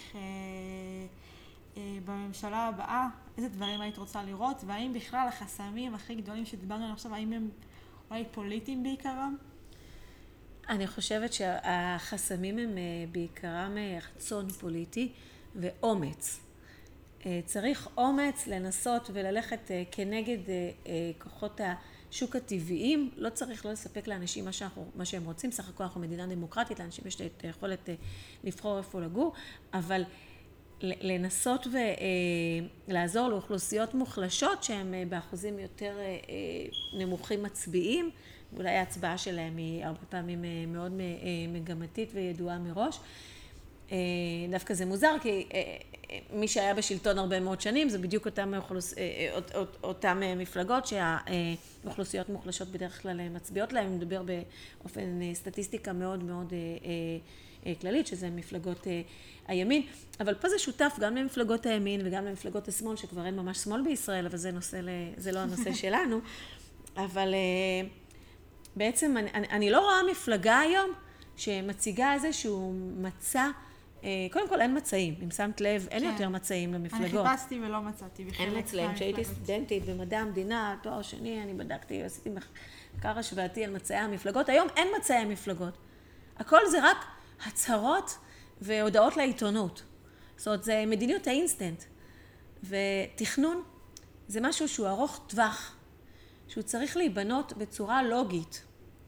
בממשלה הבאה? איזה דברים היית רוצה לראות? והאם בכלל החסמים הכי גדולים שדיברנו עליהם עכשיו, האם הם אולי פוליטיים בעיקרם? אני חושבת שהחסמים הם בעיקרם רצון פוליטי ואומץ. צריך אומץ לנסות וללכת כנגד כוחות השוק הטבעיים, לא צריך לא לספק לאנשים מה, שאנחנו, מה שהם רוצים, סך הכל אנחנו מדינה דמוקרטית, לאנשים יש את היכולת לבחור איפה לגור, אבל לנסות ולעזור לאוכלוסיות מוחלשות שהן באחוזים יותר נמוכים מצביעים, אולי ההצבעה שלהם היא הרבה פעמים מאוד מגמתית וידועה מראש. דווקא זה מוזר, כי מי שהיה בשלטון הרבה מאוד שנים, זה בדיוק אותם, אוכלוס... אותם מפלגות שהאוכלוסיות מוחלשות בדרך כלל מצביעות להם, אני מדבר באופן סטטיסטיקה מאוד מאוד כללית, שזה מפלגות הימין, אבל פה זה שותף גם למפלגות הימין וגם למפלגות השמאל, שכבר אין ממש שמאל בישראל, אבל זה, נושא ל... זה לא הנושא שלנו, אבל בעצם אני, אני לא רואה מפלגה היום שמציגה איזשהו מצע, קודם כל אין מצעים, אם שמת לב, אין יותר מצעים למפלגות. אני חיפשתי ולא מצאתי. אין מצעים, כשהייתי סטודנטית במדע המדינה, תואר שני, אני בדקתי, עשיתי מחקר השוואתי על מצעי המפלגות, היום אין מצעי המפלגות. הכל זה רק הצהרות והודעות לעיתונות. זאת אומרת, זה מדיניות האינסטנט. ותכנון זה משהו שהוא ארוך טווח, שהוא צריך להיבנות בצורה לוגית.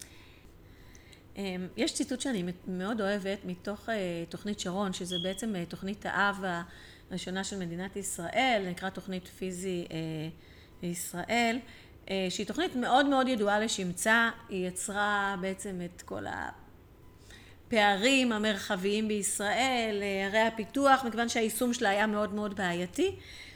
יש ציטוט שאני מאוד אוהבת מתוך תוכנית שרון, שזה בעצם תוכנית האב הראשונה של מדינת ישראל, נקרא תוכנית פיזי ישראל, שהיא תוכנית מאוד מאוד ידועה לשמצה, היא יצרה בעצם את כל הפערים המרחביים בישראל, ערי הפיתוח, מכיוון שהיישום שלה היה מאוד מאוד בעייתי,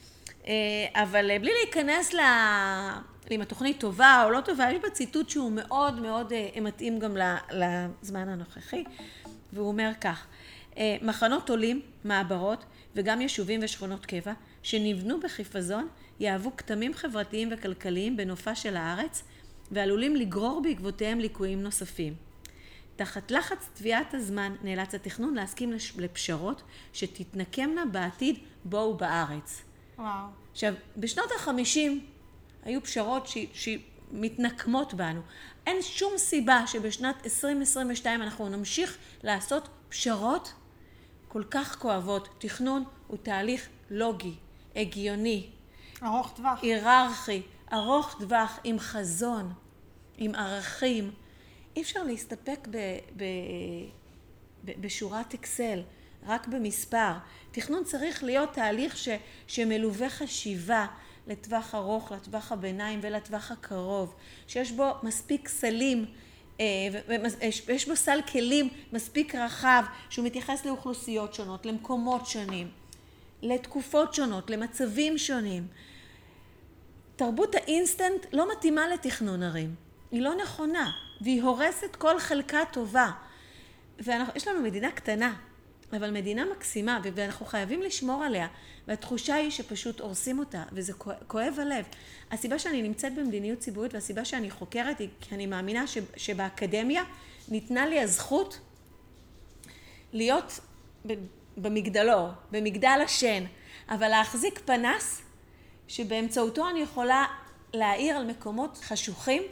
אבל בלי להיכנס ל... אם התוכנית טובה או לא טובה, יש בה ציטוט שהוא מאוד מאוד מתאים גם לזמן הנוכחי, והוא אומר כך, מחנות עולים, מעברות וגם יישובים ושכונות קבע שנבנו בחיפזון יהוו כתמים חברתיים וכלכליים בנופה של הארץ ועלולים לגרור בעקבותיהם ליקויים נוספים. תחת לחץ תביעת הזמן נאלץ התכנון להסכים לפשרות שתתנקמנה בעתיד בו בארץ. וואו. עכשיו, בשנות ה-חמישים היו פשרות ש... שמתנקמות בנו. אין שום סיבה שבשנת עשרים עשרים ושתיים אנחנו נמשיך לעשות פשרות כל כך כואבות. תכנון הוא תהליך לוגי, הגיוני, ארוך טווח, היררכי, ארוך טווח, עם חזון, עם ערכים. אי אפשר להסתפק ב... ב... ב... בשורת אקסל, רק במספר. תכנון צריך להיות תהליך ש... שמלווה חשיבה, לטווח ארוך, לטווח הביניים ולטווח הקרוב, שיש בו מספיק סלים, יש בו סל כלים מספיק רחב, שהוא מתייחס לאוכלוסיות שונות, למקומות שונים, לתקופות שונות, למצבים שונים. תרבות האינסטנט לא מתאימה לתכנון ערים, היא לא נכונה, והיא הורסת כל חלקה טובה. ויש לנו מדינה קטנה, אבל מדינה מקסימה, ואנחנו חייבים לשמור עליה, והתחושה היא שפשוט הורסים אותה, וזה כואב הלב. הסיבה שאני נמצאת במדיניות ציבורית, והסיבה שאני חוקרת, היא כי אני מאמינה שבאקדמיה ניתנה לי הזכות להיות במגדלור, במגדל השן, אבל להחזיק פנס, שבאמצעותו אני יכולה להאיר על מקומות חשוכים,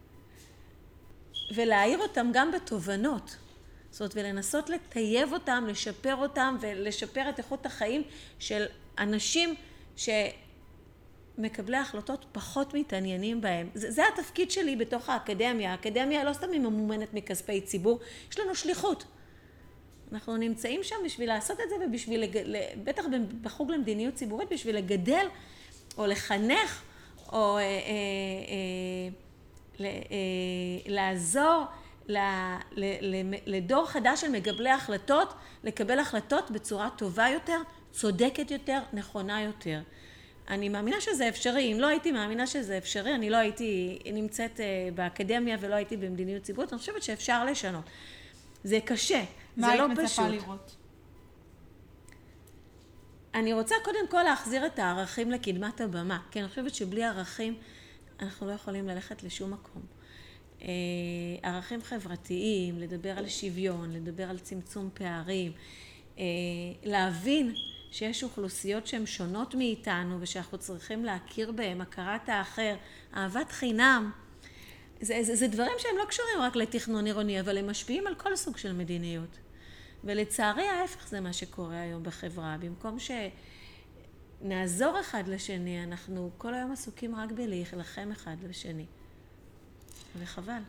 ולהאיר אותם גם בתובנות. זאת אומרת, ולנסות לטייב אותם, לשפר אותם ולשפר את איכות החיים של אנשים שמקבלי החלטות פחות מתעניינים בהם. זה, זה התפקיד שלי בתוך האקדמיה. האקדמיה לא סתם היא ממומנת מכספי ציבור, יש לנו שליחות. אנחנו נמצאים שם בשביל לעשות את זה ובשביל, לג... בטח בחוג למדיניות ציבורית, בשביל לגדל או לחנך או אה, אה, אה, אה, לעזור לדור חדש של מקבלי החלטות, לקבל החלטות בצורה טובה יותר, צודקת יותר, נכונה יותר. אני מאמינה שזה אפשרי. אם לא הייתי מאמינה שזה אפשרי, אני לא הייתי נמצאת באקדמיה ולא הייתי במדיניות ציבורית. אני חושבת שאפשר לשנות. זה קשה, זה לא פשוט. מה היית מצפה לראות? אני רוצה קודם כל להחזיר את הערכים לקדמת הבמה, כי אני חושבת שבלי ערכים אנחנו לא יכולים ללכת לשום מקום. ערכים חברתיים, לדבר על שוויון, לדבר על צמצום פערים, להבין שיש אוכלוסיות שהן שונות מאיתנו ושאנחנו צריכים להכיר בהן, הכרת האחר, אהבת חינם. זה, זה, זה דברים שהם לא קשורים רק לתכנון עירוני, אבל הם משפיעים על כל סוג של מדיניות. ולצערי ההפך זה מה שקורה היום בחברה. במקום שנעזור אחד לשני, אנחנו כל היום עסוקים רק בלהילחם אחד לשני. וחבל.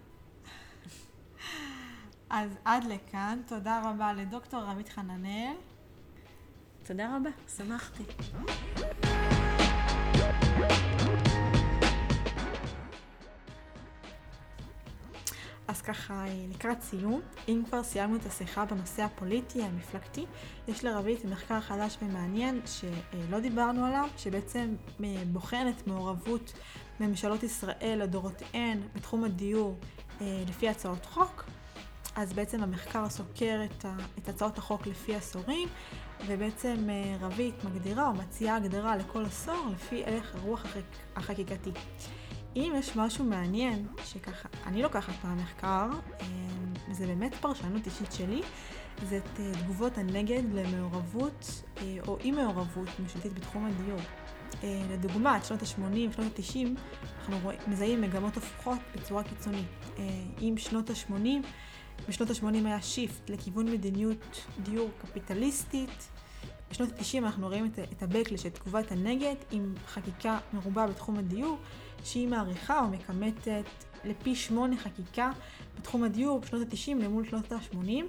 אז עד לכאן, תודה רבה לדוקטור רבית חננאל. תודה רבה, שמחתי. אז ככה, לקראת סיום, אם כבר סיימנו את השיחה בנושא הפוליטי, המפלגתי, יש לרבית מחקר חדש ומעניין שלא דיברנו עליו, שבעצם בוחן את מעורבות ממשלות ישראל לדורותיהן בתחום הדיור לפי הצעות חוק. אז בעצם המחקר סוקר את, ה, את הצעות החוק לפי עשורים, ובעצם רבית מגדירה או מציעה הגדרה לכל עשור לפי הלך הרוח החק, החקיקתי. אם יש משהו מעניין שככה אני לוקחת מהמחקר, זה באמת פרשנות אישית שלי, זה את תגובות הנגד למעורבות או אי מעורבות ממשלתית בתחום הדיור. לדוגמה, את שנות ה-שמונים, שנות ה-תשעים, אנחנו רואים, מזהים מגמות הפוכות בצורה קיצונית. עם שנות ה-שמונים, בשנות ה-שמונים היה שיפט לכיוון מדיניות דיור קפיטליסטית. בשנות ה-תשעים אנחנו רואים את, את הבקלש, את תגובת הנגד, עם חקיקה מרובה בתחום הדיור, שהיא מעריכה או מקמתת לפי שמונה חקיקה בתחום הדיור בשנות ה-תשעים למול שנות ה-שמונים.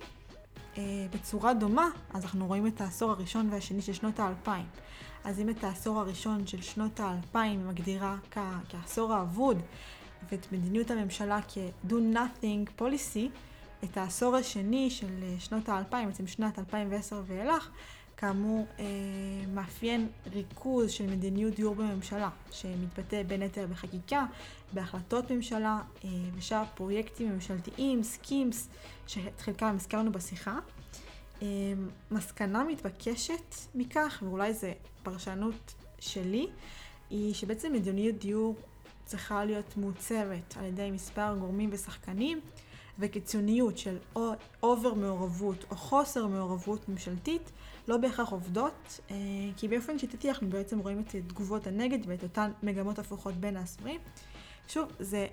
בצורה דומה, אז אנחנו רואים את העשור הראשון והשני של שנות ה-אלפיים. אז אם את העשור הראשון של שנות ה-אלפיים מגדירה כ- כעשור האבוד, ואת מדיניות הממשלה כ-do nothing policy, את העשור השני של שנות ה-אלפיים, בעצם שנת אלפיים ועשר ואילך, כאמור, אה, מאפיין ריכוז של מדיניות דיור בממשלה, שמתבטא בין היתר בחקיקה, בהחלטות ממשלה, אה, ושאר פרויקטים ממשלתיים, סקימס, שאת חלקם הזכרנו בשיחה. אה, מסקנה מתבקשת מכך, ואולי זה פרשנות שלי, היא שבעצם מדיניות דיור צריכה להיות מעוצבת על ידי מספר גורמים ושחקנים, וקיצוניות של אובר מעורבות או חוסר מעורבות ממשלתית לא בהכרח עובדות, כי באופן שיטתי אנחנו בעצם רואים את תגובות הנגד ואת אותן מגמות הפוכות בין העשורים. שוב, זה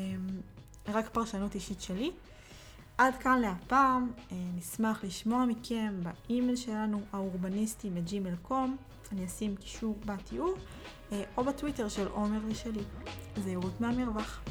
רק פרשנות אישית שלי. עד כאן להפעם, נשמח לשמוע מכם באימייל שלנו האורבניסטים את ג'ימייל דוט קום, אני אשים קישור בתיאור, או בטוויטר של עומר ושלי. זהירות מהמרווח.